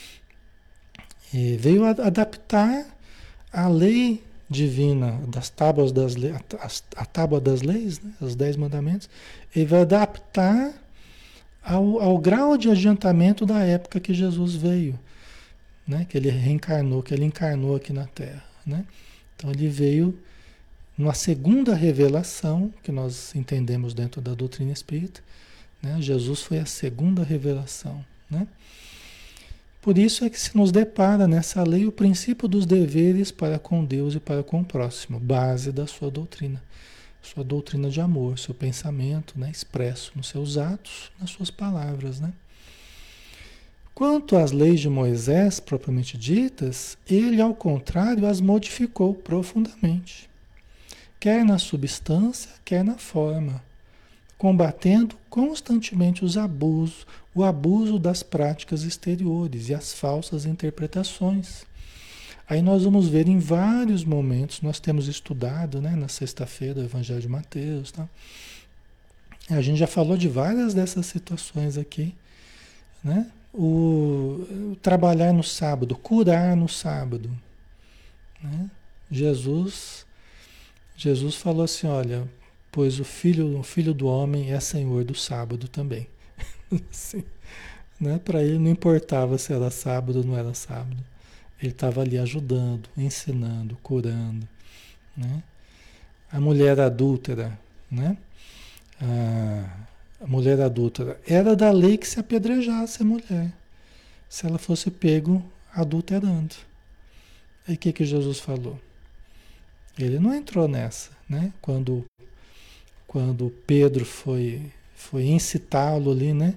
E veio adaptar a lei divina das tábuas das leis, a, a tábua das leis, né? Os dez mandamentos, ele vai adaptar ao, ao grau de adiantamento da época que Jesus veio, né? Que ele reencarnou, que ele encarnou aqui na Terra, né? Então ele veio numa segunda revelação que nós entendemos dentro da doutrina espírita, né? Jesus foi a segunda revelação, né? Por isso é que se nos depara nessa lei o princípio dos deveres para com Deus e para com o próximo, base da sua doutrina, sua doutrina de amor, seu pensamento, né, expresso nos seus atos, nas suas palavras, né? Quanto às leis de Moisés propriamente ditas, ele ao contrário as modificou profundamente, quer na substância, quer na forma, combatendo constantemente os abusos, o abuso das práticas exteriores e as falsas interpretações. Aí nós vamos ver em vários momentos, nós temos estudado, né, na sexta-feira o Evangelho de Mateus, tá? A gente já falou de várias dessas situações aqui, né? O, o trabalhar no sábado, curar no sábado, né? Jesus, Jesus falou assim, olha, pois o filho, o filho do homem é senhor do sábado também. Sim, né? Para ele não importava se era sábado ou não era sábado. Ele estava ali ajudando, ensinando, curando, né? A mulher adúltera, né? A, a mulher adúltera era da lei que se apedrejasse a mulher, se ela fosse pego adulterando. Aí o que que Jesus falou? Ele não entrou nessa, né? Quando quando Pedro foi foi incitá-lo ali, né?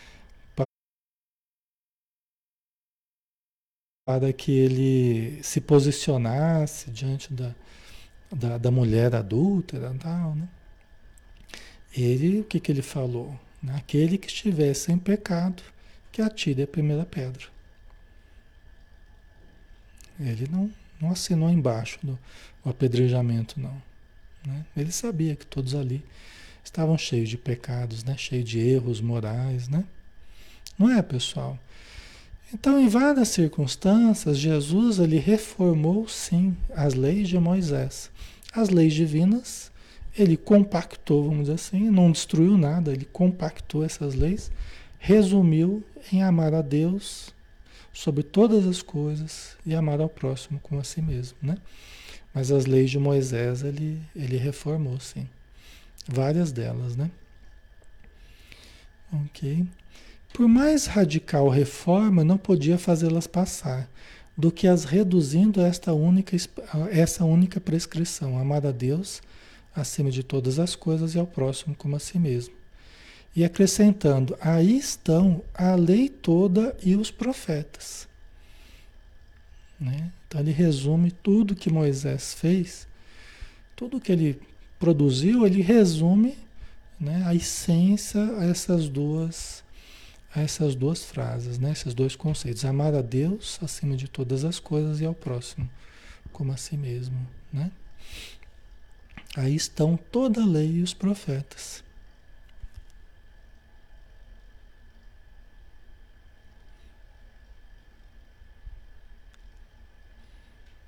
Para que ele se posicionasse diante da, da, da mulher adúltera e tal, né? Ele, o que que ele falou? Aquele que estiver sem pecado, que atire a primeira pedra. Ele não, não assinou embaixo do o apedrejamento, não, né? Ele sabia que todos ali estavam cheios de pecados, né? Cheios de erros morais, né? Não é, pessoal? Então, em várias circunstâncias, Jesus ele reformou, sim, as leis de Moisés. As leis divinas, ele compactou, vamos dizer assim, não destruiu nada, ele compactou essas leis, resumiu em amar a Deus sobre todas as coisas e amar ao próximo como a si mesmo, né? Mas as leis de Moisés, ele, ele reformou, sim. Várias delas, né? Ok. Por mais radical reforma, não podia fazê-las passar, do que as reduzindo a esta única, a essa única prescrição, amar a Deus acima de todas as coisas e ao próximo como a si mesmo. E acrescentando, aí estão a lei toda e os profetas. Né? Então ele resume tudo que Moisés fez, tudo que ele produziu, ele resume, né, a essência a essas duas a essas duas frases, né? Esses dois conceitos. Amar a Deus acima de todas as coisas e ao próximo, como a si mesmo, né? Aí estão toda a lei e os profetas.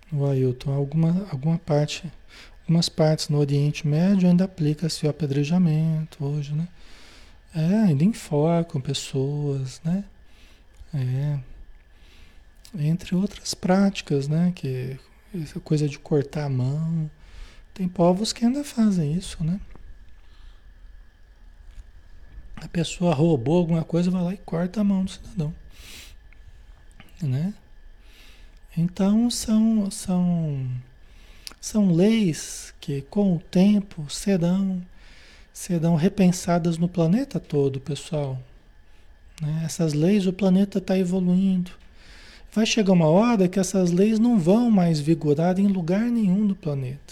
O Ailton, alguma, alguma parte, algumas partes no Oriente Médio ainda aplica-se o apedrejamento hoje, né? É, ainda enforcam pessoas, né? É, entre outras práticas, né? Que essa coisa de cortar a mão. Tem povos que ainda fazem isso, né? A pessoa roubou alguma coisa, vai lá e corta a mão do cidadão, né? Então são, são, são leis que com o tempo serão, serão repensadas no planeta todo, pessoal. Né? Essas leis, o planeta está evoluindo. Vai chegar uma hora que essas leis não vão mais vigorar em lugar nenhum do planeta.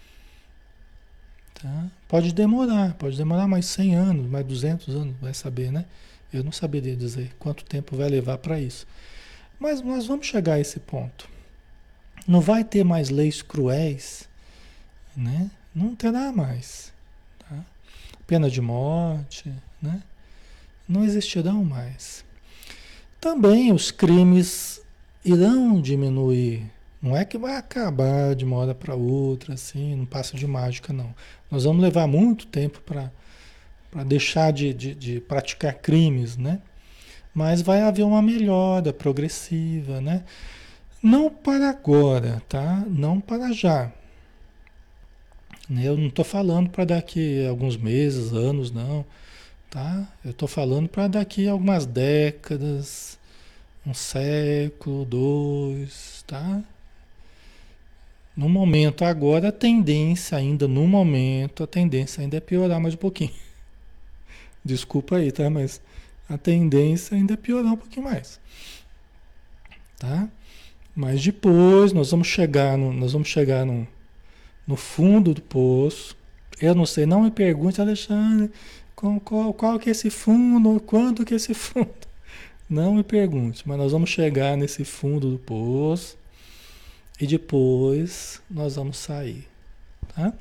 Tá? Pode demorar, pode demorar mais cem anos, mais duzentos anos, vai saber, né? Eu não saberia dizer quanto tempo vai levar para isso. Mas nós vamos chegar a esse ponto. Não vai ter mais leis cruéis, né? Não terá mais. Tá? Pena de morte, né? Não existirão mais. Também os crimes irão diminuir. Não é que vai acabar de uma hora para outra, assim, não passa de mágica, não. Nós vamos levar muito tempo para para deixar de, de, de praticar crimes, né? Mas vai haver uma melhora progressiva, né? Não para agora, tá? Não para já. Né? Eu não estou falando para daqui a alguns meses, anos, não, tá? Eu estou falando para daqui a algumas décadas, um século, dois, tá? No momento agora, a tendência ainda, no momento, a tendência ainda é piorar mais um pouquinho. Desculpa aí, tá? Mas a tendência ainda é piorar um pouquinho mais, tá? Mas depois nós vamos chegar no, nós vamos chegar no, no fundo do poço. Eu não sei, não me pergunte, Alexandre, qual, qual, qual que é esse fundo, quanto que é esse fundo? Não me pergunte, mas nós vamos chegar nesse fundo do poço e depois nós vamos sair, tá?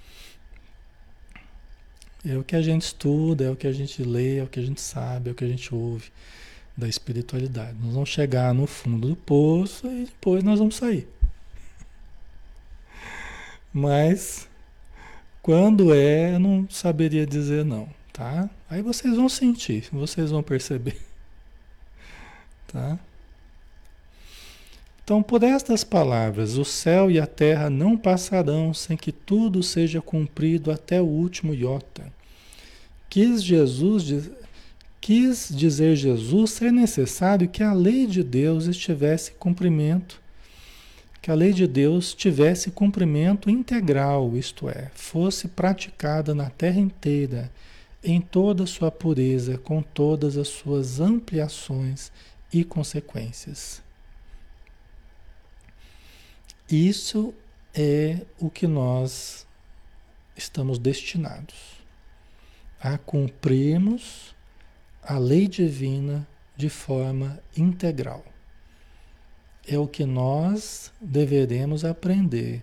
É o que a gente estuda, é o que a gente lê, é o que a gente sabe, é o que a gente ouve da espiritualidade. Nós vamos chegar no fundo do poço e depois nós vamos sair. Mas quando é, eu não saberia dizer não, tá? Aí vocês vão sentir, vocês vão perceber, tá? Então, por estas palavras, o céu e a terra não passarão sem que tudo seja cumprido até o último iota. Quis Jesus, quis dizer Jesus ser necessário que a lei de Deus estivesse em cumprimento, que a lei de Deus tivesse cumprimento integral, isto é, fosse praticada na terra inteira, em toda a sua pureza, com todas as suas ampliações e consequências. Isso é o que nós estamos destinados a cumprirmos a lei divina de forma integral. É o que nós deveremos aprender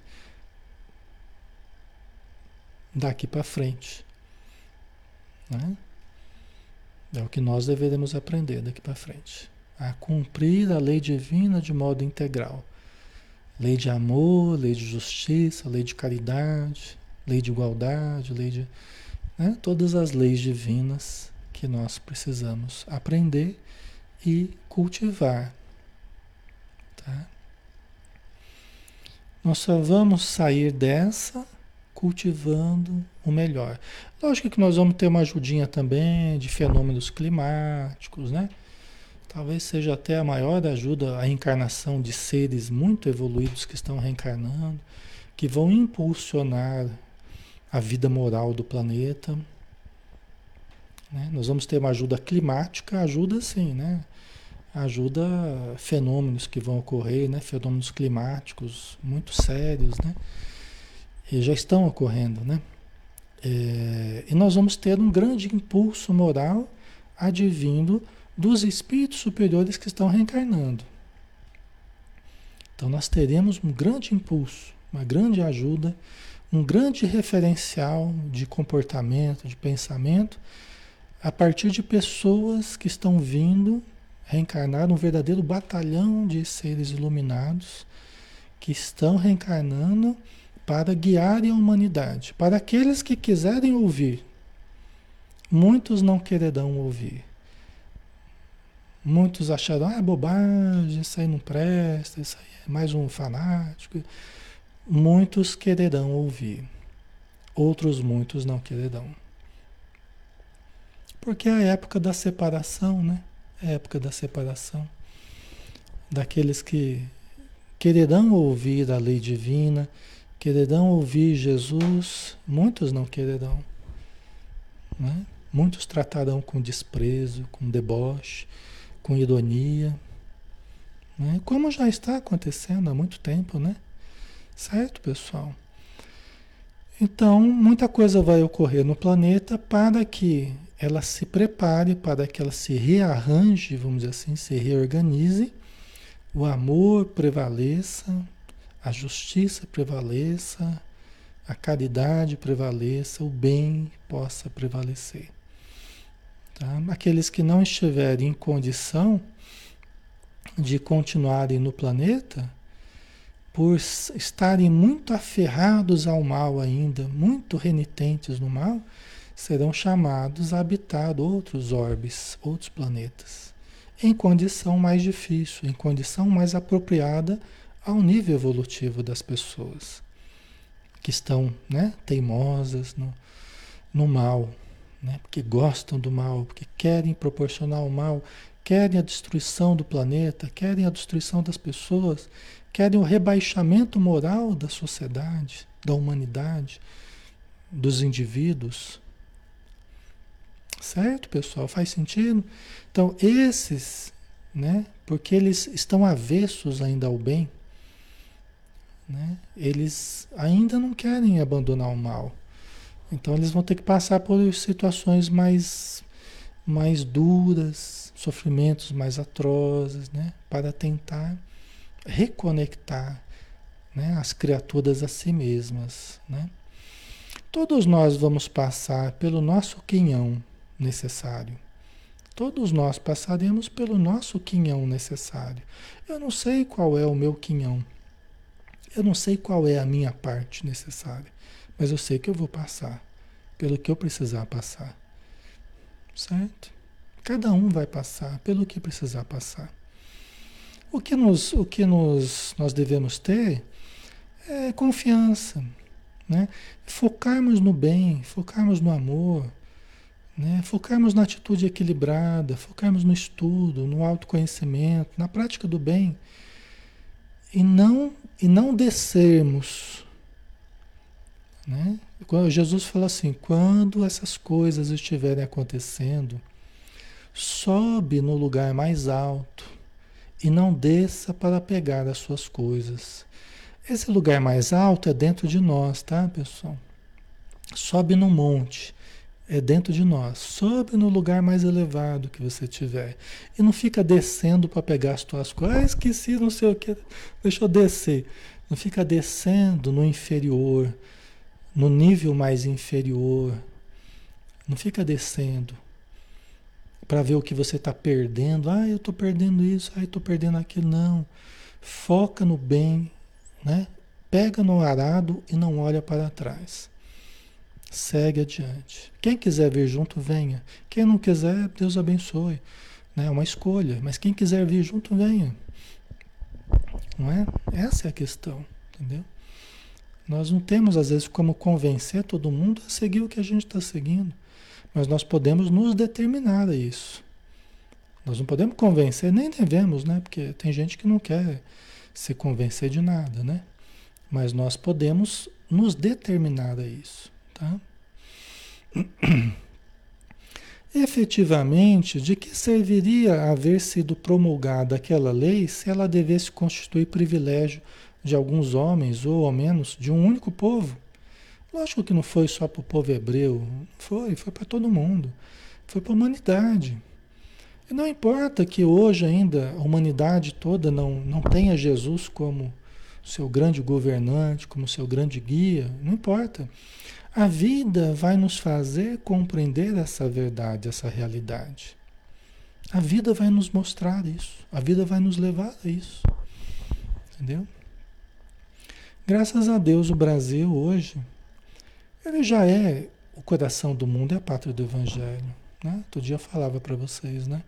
daqui para frente, né? É o que nós deveremos aprender daqui para frente, a cumprir a lei divina de modo integral. Lei de amor, lei de justiça, lei de caridade, lei de igualdade, lei de... Né? Todas as leis divinas que nós precisamos aprender e cultivar. Tá? Nós só vamos sair dessa cultivando o melhor. Lógico que nós vamos ter uma ajudinha também de fenômenos climáticos, né? Talvez seja até a maior ajuda a reencarnação de seres muito evoluídos que estão reencarnando, que vão impulsionar a vida moral do planeta. Né? Nós vamos ter uma ajuda climática, ajuda sim, né? Ajuda fenômenos que vão ocorrer, né? Fenômenos climáticos muito sérios, né? E já estão ocorrendo, né? É, e nós vamos ter um grande impulso moral advindo dos espíritos superiores que estão reencarnando. Então nós teremos um grande impulso, uma grande ajuda, um grande referencial de comportamento, de pensamento, a partir de pessoas que estão vindo reencarnar, um verdadeiro batalhão de seres iluminados que estão reencarnando para guiarem a humanidade, para aqueles que quiserem ouvir. Muitos não quererão ouvir. Muitos acharam, ah, é bobagem, isso aí não presta, isso aí é mais um fanático. Muitos quererão ouvir. Outros muitos não quererão. Porque é a época da separação, né? É a época da separação. Daqueles que quererão ouvir a lei divina, quererão ouvir Jesus, muitos não quererão. Né? Muitos tratarão com desprezo, com deboche, com ironia. Né? Como já está acontecendo há muito tempo, né? Certo, pessoal? Então, muita coisa vai ocorrer no planeta para que ela se prepare, para que ela se rearranje, vamos dizer assim, se reorganize, o amor prevaleça, a justiça prevaleça, a caridade prevaleça, o bem possa prevalecer. Tá? Aqueles que não estiverem em condição de continuarem no planeta, por estarem muito aferrados ao mal ainda, muito renitentes no mal, serão chamados a habitar outros orbes, outros planetas, em condição mais difícil, em condição mais apropriada ao nível evolutivo das pessoas, que estão, né, teimosas no, no mal, né, porque gostam do mal, porque querem proporcionar o mal, querem a destruição do planeta, querem a destruição das pessoas, querem o rebaixamento moral da sociedade, da humanidade, dos indivíduos. Certo, pessoal? Faz sentido? Então, esses, né, porque eles estão avessos ainda ao bem, né, eles ainda não querem abandonar o mal. Então, eles vão ter que passar por situações mais, mais duras, sofrimentos mais atrozes, né, para tentar reconectar, né, as criaturas a si mesmas, né? Todos nós vamos passar pelo nosso quinhão necessário. Todos nós passaremos pelo nosso quinhão necessário. Eu não sei qual é o meu quinhão. Eu não sei qual é a minha parte necessária, mas eu sei que eu vou passar pelo que eu precisar passar. Certo? Cada um vai passar pelo que precisar passar. O que, nos, o que nos, nós devemos ter é confiança, né? Focarmos no bem, focarmos no amor, né? Focarmos na atitude equilibrada, focarmos no estudo, no autoconhecimento, na prática do bem, e não, e não descermos. Né? Quando Jesus fala assim, quando essas coisas estiverem acontecendo, sobe no lugar mais alto, e não desça para pegar as suas coisas. Esse lugar mais alto é dentro de nós, tá, pessoal? Sobe no monte, é dentro de nós. Sobe no lugar mais elevado que você tiver. E não fica descendo para pegar as tuas coisas. Ah, esqueci, não sei o que. Deixa eu descer. Não fica descendo no inferior, no nível mais inferior. Não fica descendo para ver o que você está perdendo. Ah, eu estou perdendo isso, ah, eu estou perdendo aquilo. Não. Foca no bem, né? Pega no arado e não olha para trás. Segue adiante. Quem quiser vir junto, venha. Quem não quiser, Deus abençoe. Né? É uma escolha. Mas quem quiser vir junto, venha. Não é? Essa é a questão. Entendeu? Nós não temos, às vezes, como convencer todo mundo a seguir o que a gente está seguindo. Mas nós podemos nos determinar a isso. Nós não podemos convencer, nem devemos, né? Porque tem gente que não quer se convencer de nada, né? Mas nós podemos nos determinar a isso, tá? Efetivamente, de que serviria haver sido promulgada aquela lei se ela devesse constituir privilégio de alguns homens, ou ao menos de um único povo? Lógico que não foi só para o povo hebreu, foi, foi para todo mundo, foi para a humanidade. E não importa que hoje ainda a humanidade toda não, não tenha Jesus como seu grande governante, como seu grande guia, não importa. A vida vai nos fazer compreender essa verdade, essa realidade. A vida vai nos mostrar isso, a vida vai nos levar a isso. Entendeu? Graças a Deus o Brasil hoje, ele já é o coração do mundo, é a pátria do Evangelho. Né? Outro dia eu falava para vocês, né?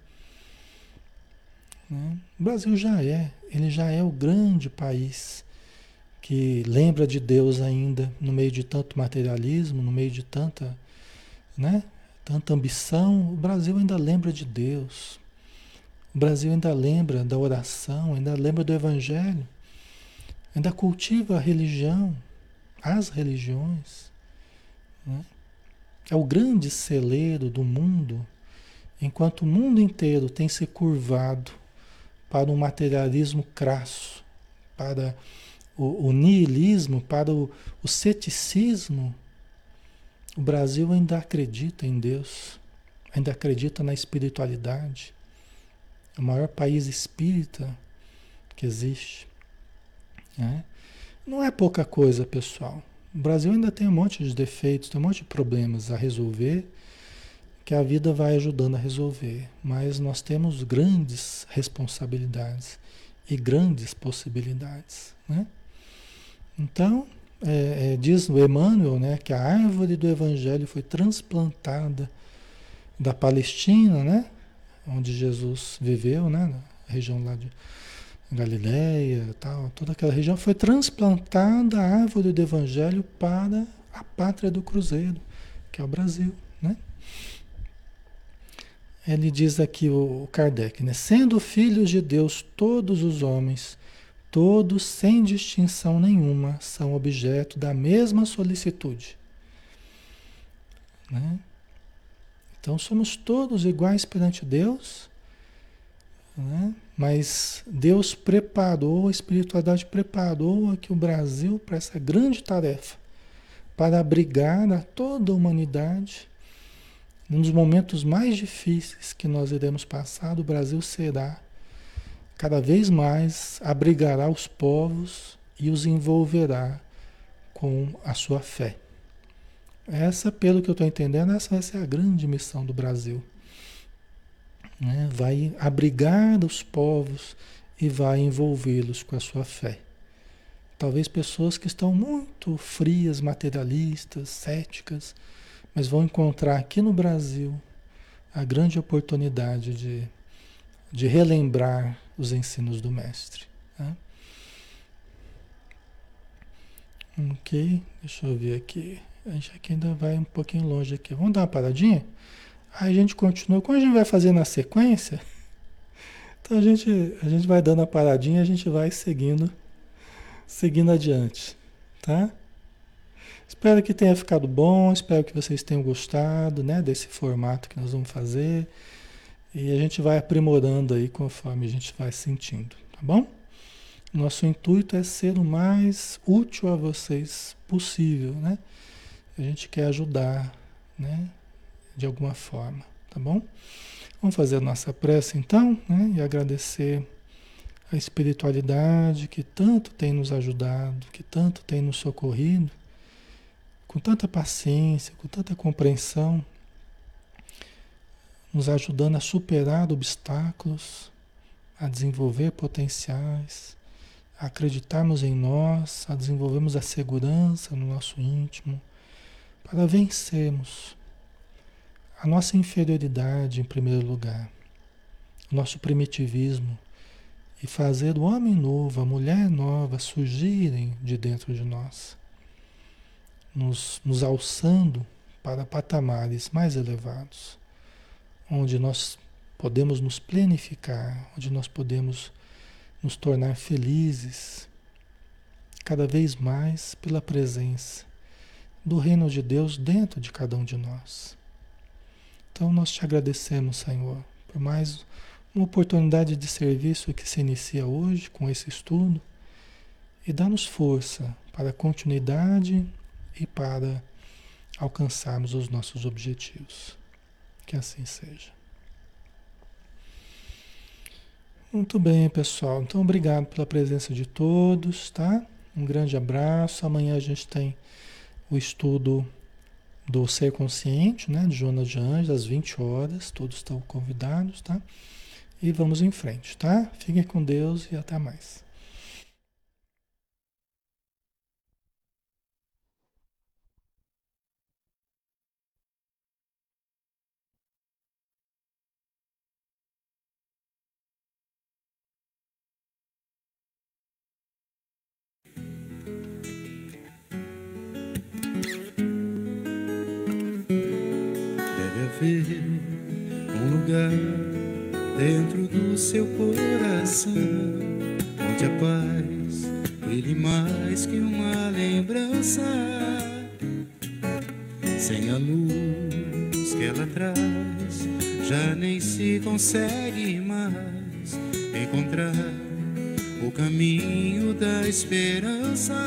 Né? O Brasil já é, ele já é o grande país que lembra de Deus ainda, no meio de tanto materialismo, no meio de tanta, né? Tanta ambição, o Brasil ainda lembra de Deus. O Brasil ainda lembra da oração, ainda lembra do Evangelho, ainda cultiva a religião, as religiões. Né? É o grande celeiro do mundo, enquanto o mundo inteiro tem se curvado para o materialismo crasso, para o, o niilismo, para o, o ceticismo. O Brasil ainda acredita em Deus, ainda acredita na espiritualidade. É o maior país espírita que existe. Né? Não é pouca coisa, pessoal. O Brasil ainda tem um monte de defeitos, tem um monte de problemas a resolver, que a vida vai ajudando a resolver. Mas nós temos grandes responsabilidades e grandes possibilidades. Né? Então, é, é, diz o Emmanuel, né, que a árvore do Evangelho foi transplantada da Palestina, né, onde Jesus viveu, né, na região lá de Galileia, tal, toda aquela região foi transplantada a árvore do Evangelho para a pátria do Cruzeiro, que é o Brasil, né? Ele diz aqui o Kardec, né, sendo filhos de Deus todos os homens, todos sem distinção nenhuma são objeto da mesma solicitude, né? Então somos todos iguais perante Deus, né? Mas Deus preparou, a espiritualidade preparou aqui o Brasil para essa grande tarefa, para abrigar a toda a humanidade. Num dos momentos mais difíceis que nós iremos passar, o Brasil será, cada vez mais, abrigará os povos e os envolverá com a sua fé. Essa, pelo que eu estou entendendo, essa vai ser a grande missão do Brasil. Né? Vai abrigar os povos e vai envolvê-los com a sua fé. Talvez pessoas que estão muito frias, materialistas, céticas, mas vão encontrar aqui no Brasil a grande oportunidade de, de relembrar os ensinos do Mestre. Tá? Ok, deixa eu ver aqui. A gente aqui ainda vai um pouquinho longe aqui. Vamos dar uma paradinha? Aí a gente continua. Como a gente vai fazer na sequência, então a gente, a gente vai dando a paradinha e a gente vai seguindo, seguindo adiante, tá? Espero que tenha ficado bom, espero que vocês tenham gostado, né, desse formato que nós vamos fazer. E a gente vai aprimorando aí conforme a gente vai sentindo, tá bom? Nosso intuito é ser o mais útil a vocês possível, né? A gente quer ajudar, né? De alguma forma, tá bom? Vamos fazer a nossa prece então, né? E agradecer a espiritualidade que tanto tem nos ajudado, que tanto tem nos socorrido, com tanta paciência, com tanta compreensão, nos ajudando a superar obstáculos, a desenvolver potenciais, a acreditarmos em nós, a desenvolvermos a segurança no nosso íntimo, para vencermos a nossa inferioridade em primeiro lugar, o nosso primitivismo, e fazer o homem novo, a mulher nova surgirem de dentro de nós, nos, nos alçando para patamares mais elevados, onde nós podemos nos planificar, onde nós podemos nos tornar felizes, cada vez mais pela presença do reino de Deus dentro de cada um de nós. Então nós te agradecemos, Senhor, por mais uma oportunidade de serviço que se inicia hoje com esse estudo, e dá-nos força para a continuidade e para alcançarmos os nossos objetivos. Que assim seja. Muito bem, pessoal. Então, obrigado pela presença de todos, tá? Um grande abraço. Amanhã a gente tem o estudo do Ser Consciente, né? De Joana de Anjos, às vinte horas. Todos estão convidados, tá? E vamos em frente, tá? Fiquem com Deus e até mais. ver um lugar dentro do seu coração, onde a paz brilhe mais que uma lembrança. Sem a luz que ela traz, já nem se consegue mais encontrar o caminho da esperança.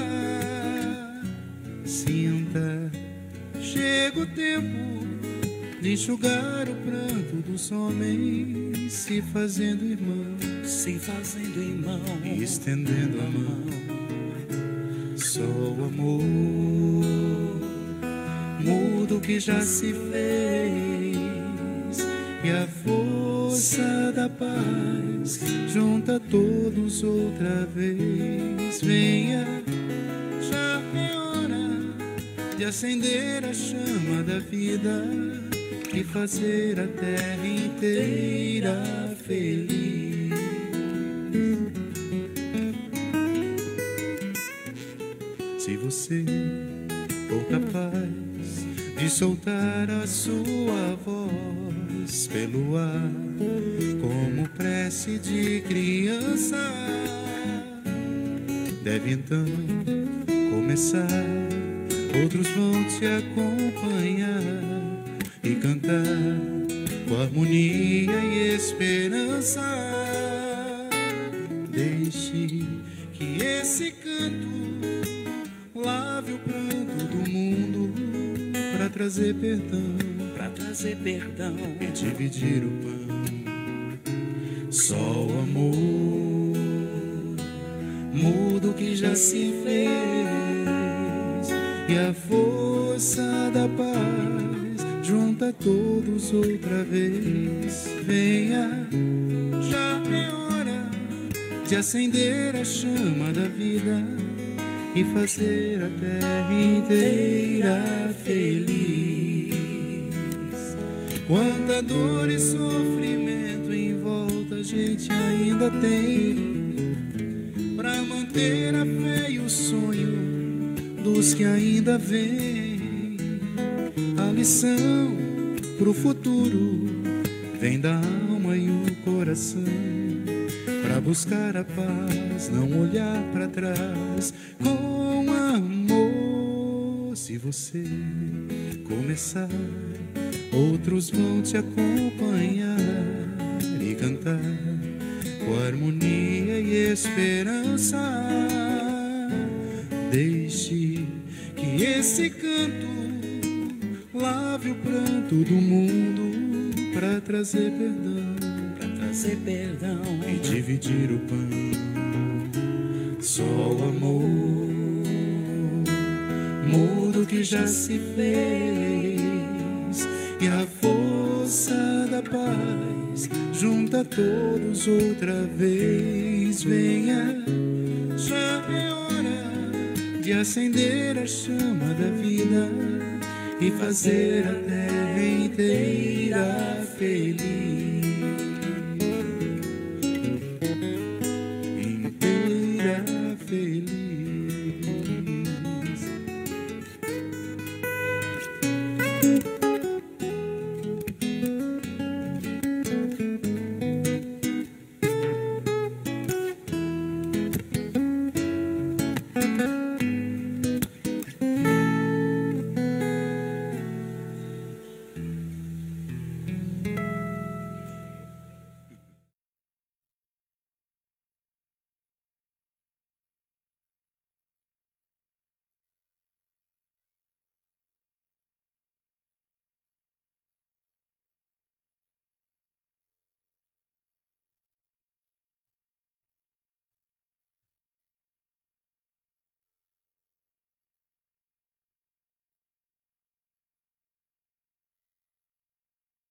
Sinta, chega o tempo de enxugar o pranto dos homens, se fazendo irmão, se fazendo irmão, e estendendo a mão. Só o amor muda o que já se fez, e a força da paz junta todos outra vez. Venha, já é hora de acender a chama da vida e fazer a terra inteira feliz. Se você for capaz de soltar a sua voz pelo ar, como prece de criança, deve então começar. Outros vão te acompanhar e cantar com harmonia e esperança. Deixe que esse canto lave o pranto do mundo, para trazer perdão, para trazer perdão e dividir o pão. Só o amor muda o que já se fez, e a força da paz junta todos outra vez. Venha, já é hora de acender a chama da vida e fazer a terra inteira feliz. Quanta dor e sofrimento em volta a gente ainda tem, pra manter a fé e o sonho dos que ainda vêm. A lição pro futuro vem da alma e o coração, pra buscar a paz, não olhar pra trás, com amor. Se você começar, outros vão te acompanhar e cantar com harmonia e esperança. Deixe que esse canto lave o pranto do mundo, pra trazer perdão, para trazer perdão e dividir o pão. Só o amor muda o que já se fez, e a força da paz junta todos outra vez. Venha, já é hora de acender a chama da vida e fazer a terra inteira feliz.